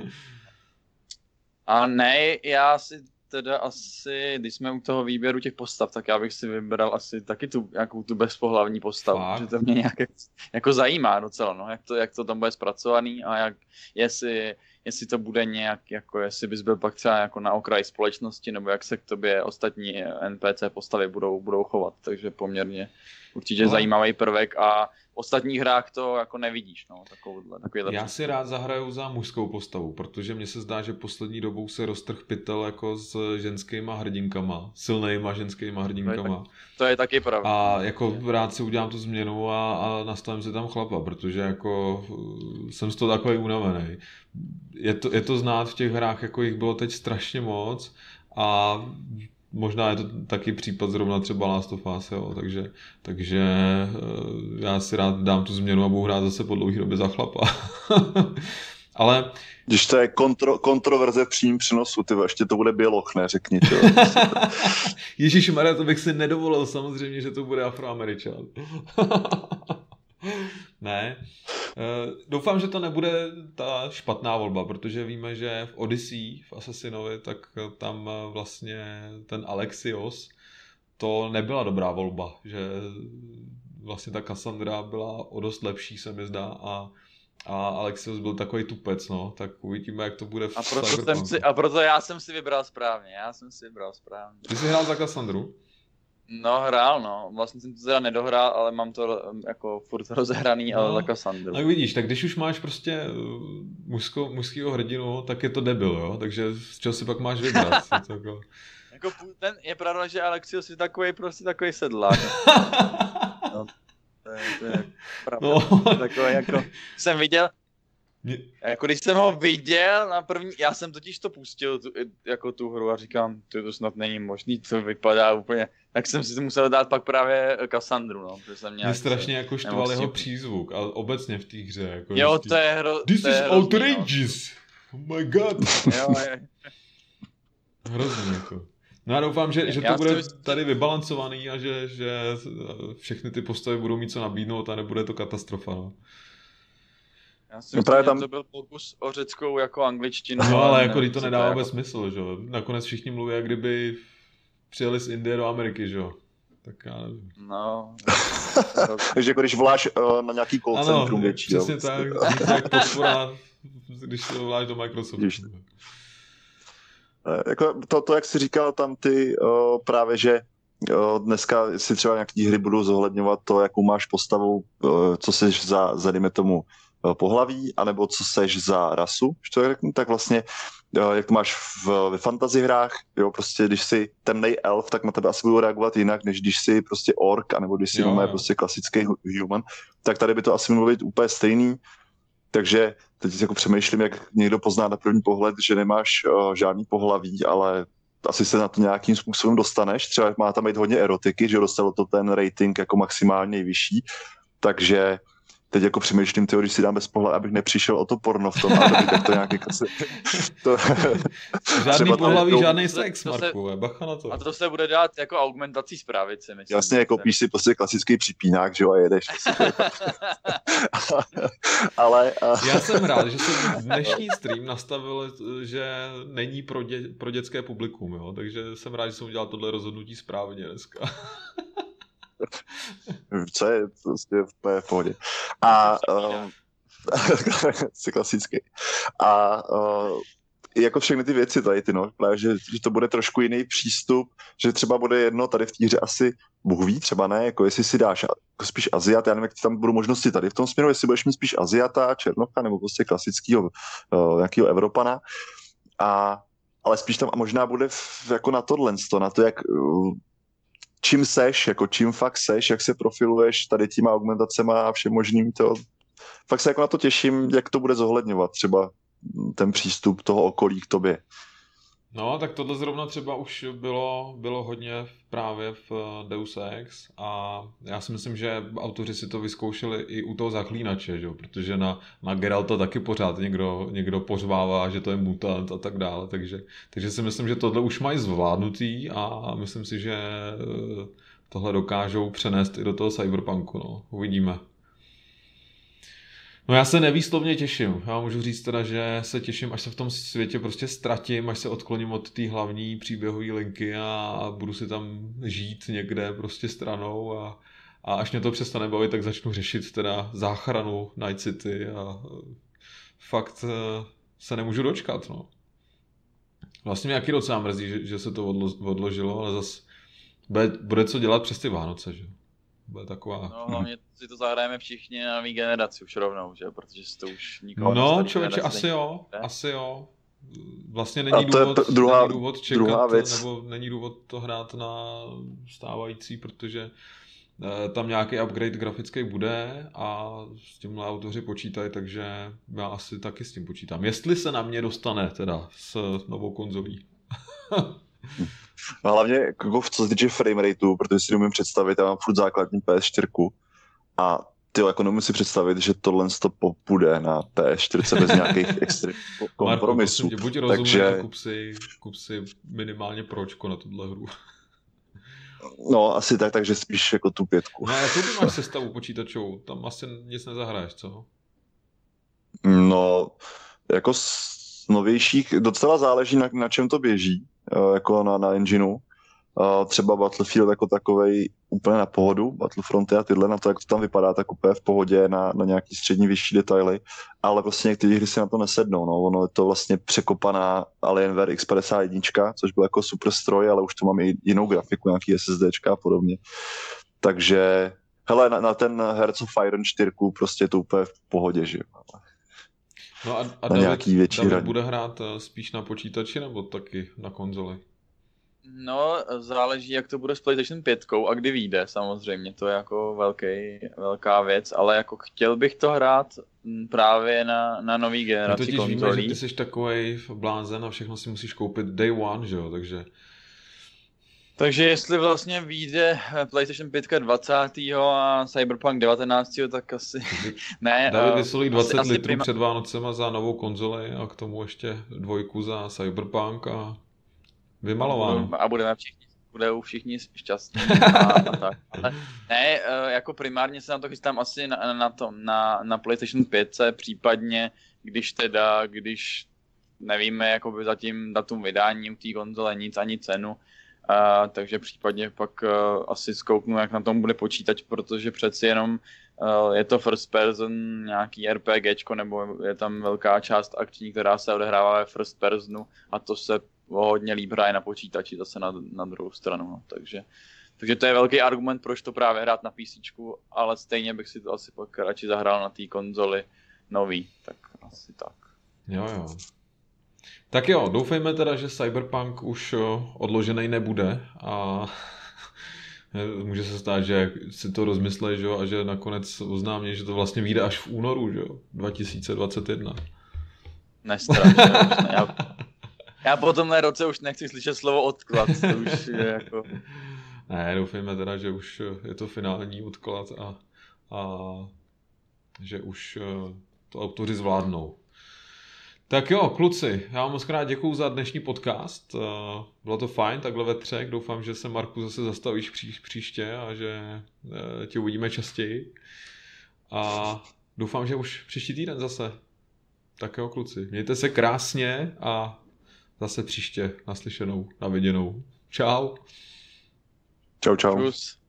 A ne, já si teda asi, když jsme u toho výběru těch postav, tak já bych si vybral asi taky nějakou tu bezpohlavní postavu, že to mě nějak jako zajímá docela, no, jak to tam bude zpracovaný a jestli to bude nějak, jako jestli bys byl pak třeba jako na okraji společnosti, nebo jak se k tobě ostatní NPC postavy budou chovat, takže poměrně určitě zajímavý prvek a v ostatních hrách to jako nevidíš, no, takovýhle. Já si rád zahraju za mužskou postavu, protože mně se zdá, že poslední dobou se roztrh pytel jako s ženskýma hrdinkama, silnýma ženskýma hrdinkama. To je taky pravda. A jako rád si udělám tu změnu a nastavím si tam chlapa, protože jako jsem z toho takový unavený. Je to znát v těch hrách, jako jich bylo teď strašně moc a možná je to taky případ zrovna třeba Last of Us, jo, takže já si rád dám tu změnu a budu hrát zase po dlouhé době za chlapa. Ale... Když to je kontroverze v přímém přenosu, ty ještě to bude běloch, ne, řekni to. Ježišmarja, to bych si nedovolil, samozřejmě, že to bude Afroameričan. Ne. Doufám, že to nebude ta špatná volba, protože víme, že v Odyssey, v Assassinovi, tak tam vlastně ten Alexios, to nebyla dobrá volba, že vlastně ta Cassandra byla o dost lepší, se mi zdá, a Alexios byl takový tupec, no, tak uvidíme, jak to bude v Cyberpunku. A proto já jsem si vybral správně, Ty jsi hrál za Cassandru? No, hrál, no. Vlastně jsem to teda nedohrál, ale mám to jako furt rozehraný, ale za Cassandru. Tak vidíš, tak když už máš prostě mužskýho hrdinu, tak je to debil, jo? Takže z čeho si pak máš vybrat? Jako je pravda, že Alexios je takový sedlák. No, to je pravda. No. Takový jako jsem viděl, jako když jsem ho viděl na první, já jsem totiž to pustil jako tu hru a říkám, to snad není možný, to vypadá úplně, tak jsem si musel dát pak právě Cassandru, no, protože jsem nějak... Mě strašně jako štval jeho přízvuk, ale obecně v té hře, jako... Jo, to je This is outrageous! No. Oh my god! Jo, Hrozný, jako. No a doufám, že to bude tady vybalancovaný a že všechny ty postavy budou mít co nabídnout a nebude to katastrofa, no. Já si myslím, že to byl pokus o řeckou jako angličtinu. No ale jako to nedává vůbec smysl, že jo. Nakonec všichni mluví, jak kdyby přijeli z Indie do Ameriky, že jo. Tak já nevím. No. Takže jako když voláš na nějaký call centrum větší. Přesně jo. Tak, jak podpora, když to voláš do Microsoftu. Jako to, jak jsi říkal tam ty právě, že dneska si třeba nějaký hry budou zohledňovat to, jakou máš postavu, co jsi za dejme tomu pohlaví, anebo co seš za rasu, že to řeknu, tak vlastně, jak to máš ve fantasy hrách, jo, prostě když jsi temnej elf, tak na tebe asi budou reagovat jinak, než když jsi prostě ork, anebo když jsi prostě klasický human, tak tady by to asi mělo být úplně stejný, takže teď jako přemýšlím, jak někdo pozná na první pohled, že nemáš žádný pohlaví, ale asi se na to nějakým způsobem dostaneš, třeba má tam být hodně erotiky, že dostalo to ten rating jako maximálně nejvyšší, takže teď jako přemýšlím, když si dám bez pohlaví, abych nepřišel o to porno v tom, tak to nějaký kasi... Žádný pohlaví, žádný sex, Marku, bacha na to. A to se bude dát jako augmentací zprávice, myslím. Jasně, koupíš si prostě klasický připínák, že jo, a jedeš. Ale... Já jsem rád, že jsem dnešní stream nastavil, že není pro dětské publikum, jo, takže jsem rád, že jsem udělal tohle rozhodnutí správně dneska. Co je prostě v pohodě. A klasický. A jako všechny ty věci tady, právě, že to bude trošku jiný přístup, že třeba bude jedno tady v té hře asi, Bůh ví, třeba ne, jako jestli si dáš jako spíš Aziat, já nevím, jak tam budou možnosti tady v tom směru, jestli budeš mít spíš Aziata, Černocha, nebo prostě klasického nějakého Evropana, ale spíš tam možná bude jako na tohle, na to, jak čím seš, jako čím fakt seš, jak se profiluješ tady těma augmentacema a všem možným, fakt se jako na to těším, jak to bude zohledňovat třeba ten přístup toho okolí k tobě. No, tak tohle zrovna třeba už bylo hodně právě v Deus Ex a já si myslím, že autoři si to vyzkoušeli i u toho Zaklínače, že? Protože na Geralta taky pořád někdo pořvává, že to je mutant a tak dále, takže si myslím, že tohle už mají zvládnutý a myslím si, že tohle dokážou přenést i do toho Cyberpunku, no. Uvidíme. No já se nevýslovně těším. Já můžu říct teda, že se těším, až se v tom světě prostě ztratím, až se odkloním od té hlavní příběhové linky a budu si tam žít někde prostě stranou a až mě to přestane bavit, tak začnu řešit teda záchranu Night City a fakt se nemůžu dočkat, no. Vlastně mě jaký docela mrzí, že se to odložilo, ale zase bude co dělat přes ty Vánoce, že? Bude taková... No hlavně si to zahrajeme všichni na nový generaci už rovnou, že? Protože si to už nikoho No člověče, asi jo. Vlastně není důvod čekat, nebo není důvod to hrát na stávající, protože tam nějaký upgrade grafický bude a s tímhle autoři počítají, takže já asi taky s tím počítám. Jestli se na mě dostane teda s novou konzolí. No hlavně jako co se týče framerateu, protože si umím představit, já mám furt základní PS4 a jako nemůžu si představit, že tohle to popůjde na PS4 bez nějakých extra kompromisů. Marku, buď rozumný, takže... kup si minimálně pročko na tuhle hru. No, asi tak, takže spíš jako tu 5. No a jakou ty máš sestavu počítačovou? Tam asi nic nezahraješ, co? No, jako z novějších docela záleží, na čem to běží, jako na engineu. Třeba Battlefield jako takovej úplně na pohodu, Battlefronty a tyhle, na to, jak to tam vypadá, tak úplně v pohodě na nějaký střední vyšší detaily, ale prostě některé hry si na to nesednou, no. Ono je to vlastně překopaná Alienware X51, což byl jako super stroj, ale už to mám i jinou grafiku, nějaký SSDčka a podobně. Takže, hele, na ten Hearts of Iron 4 prostě je to úplně v pohodě, že jo. No a David bude hrát spíš na počítači nebo taky na konzoli? No, záleží, jak to bude s PlayStation 5 a kdy vyjde, samozřejmě, to je jako velká věc, ale jako chtěl bych to hrát právě na nový generaci konzolí. My totiž víme, že ty jsi takovej blázen a všechno si musíš koupit day one, že jo, takže... Takže jestli vlastně vyjde PlayStation 5 20. a Cyberpunk 19. tak asi... ne. David vysolí 20 litrů před Vánocema za novou konzoli a k tomu ještě 2 za Cyberpunk a vymalováno. A budou všichni šťastní a tak. Ale ne, jako primárně se na to chystám asi na PlayStation 5, případně když nevíme jakoby zatím datum vydání u té konzole nic ani cenu, takže případně pak asi zkouknu, jak na tom bude počítač, protože přeci jenom je to first person, nějaký RPGčko, nebo je tam velká část akční, která se odehrává ve first personu a to se hodně líp hraje na počítači zase na druhou stranu. No. Takže to je velký argument, proč to právě hrát na PCčku, ale stejně bych si to asi pak radši zahrál na té konzoli nový, tak asi tak. Jo. Tak jo, doufejme teda, že Cyberpunk už odložený nebude a může se stát, že si to rozmyslej, že jo, a že nakonec oznámí, že to vlastně vyjde až v únoru, že jo, 2021. Nestrašně. Já po tomhle roce už nechci slyšet slovo odklad, to už je jako... Ne, doufejme teda, že už je to finální odklad a že už to autoři zvládnou. Tak jo, kluci, já vám moc krát děkuju za dnešní podcast. Bylo to fajn, takhle ve třech. Doufám, že se, Marku, zase zastavíš příště a že tě uvidíme častěji. A doufám, že už příští týden zase. Tak jo, kluci, mějte se krásně a zase příště naslyšenou, naviděnou. Čau. Čau. Čus.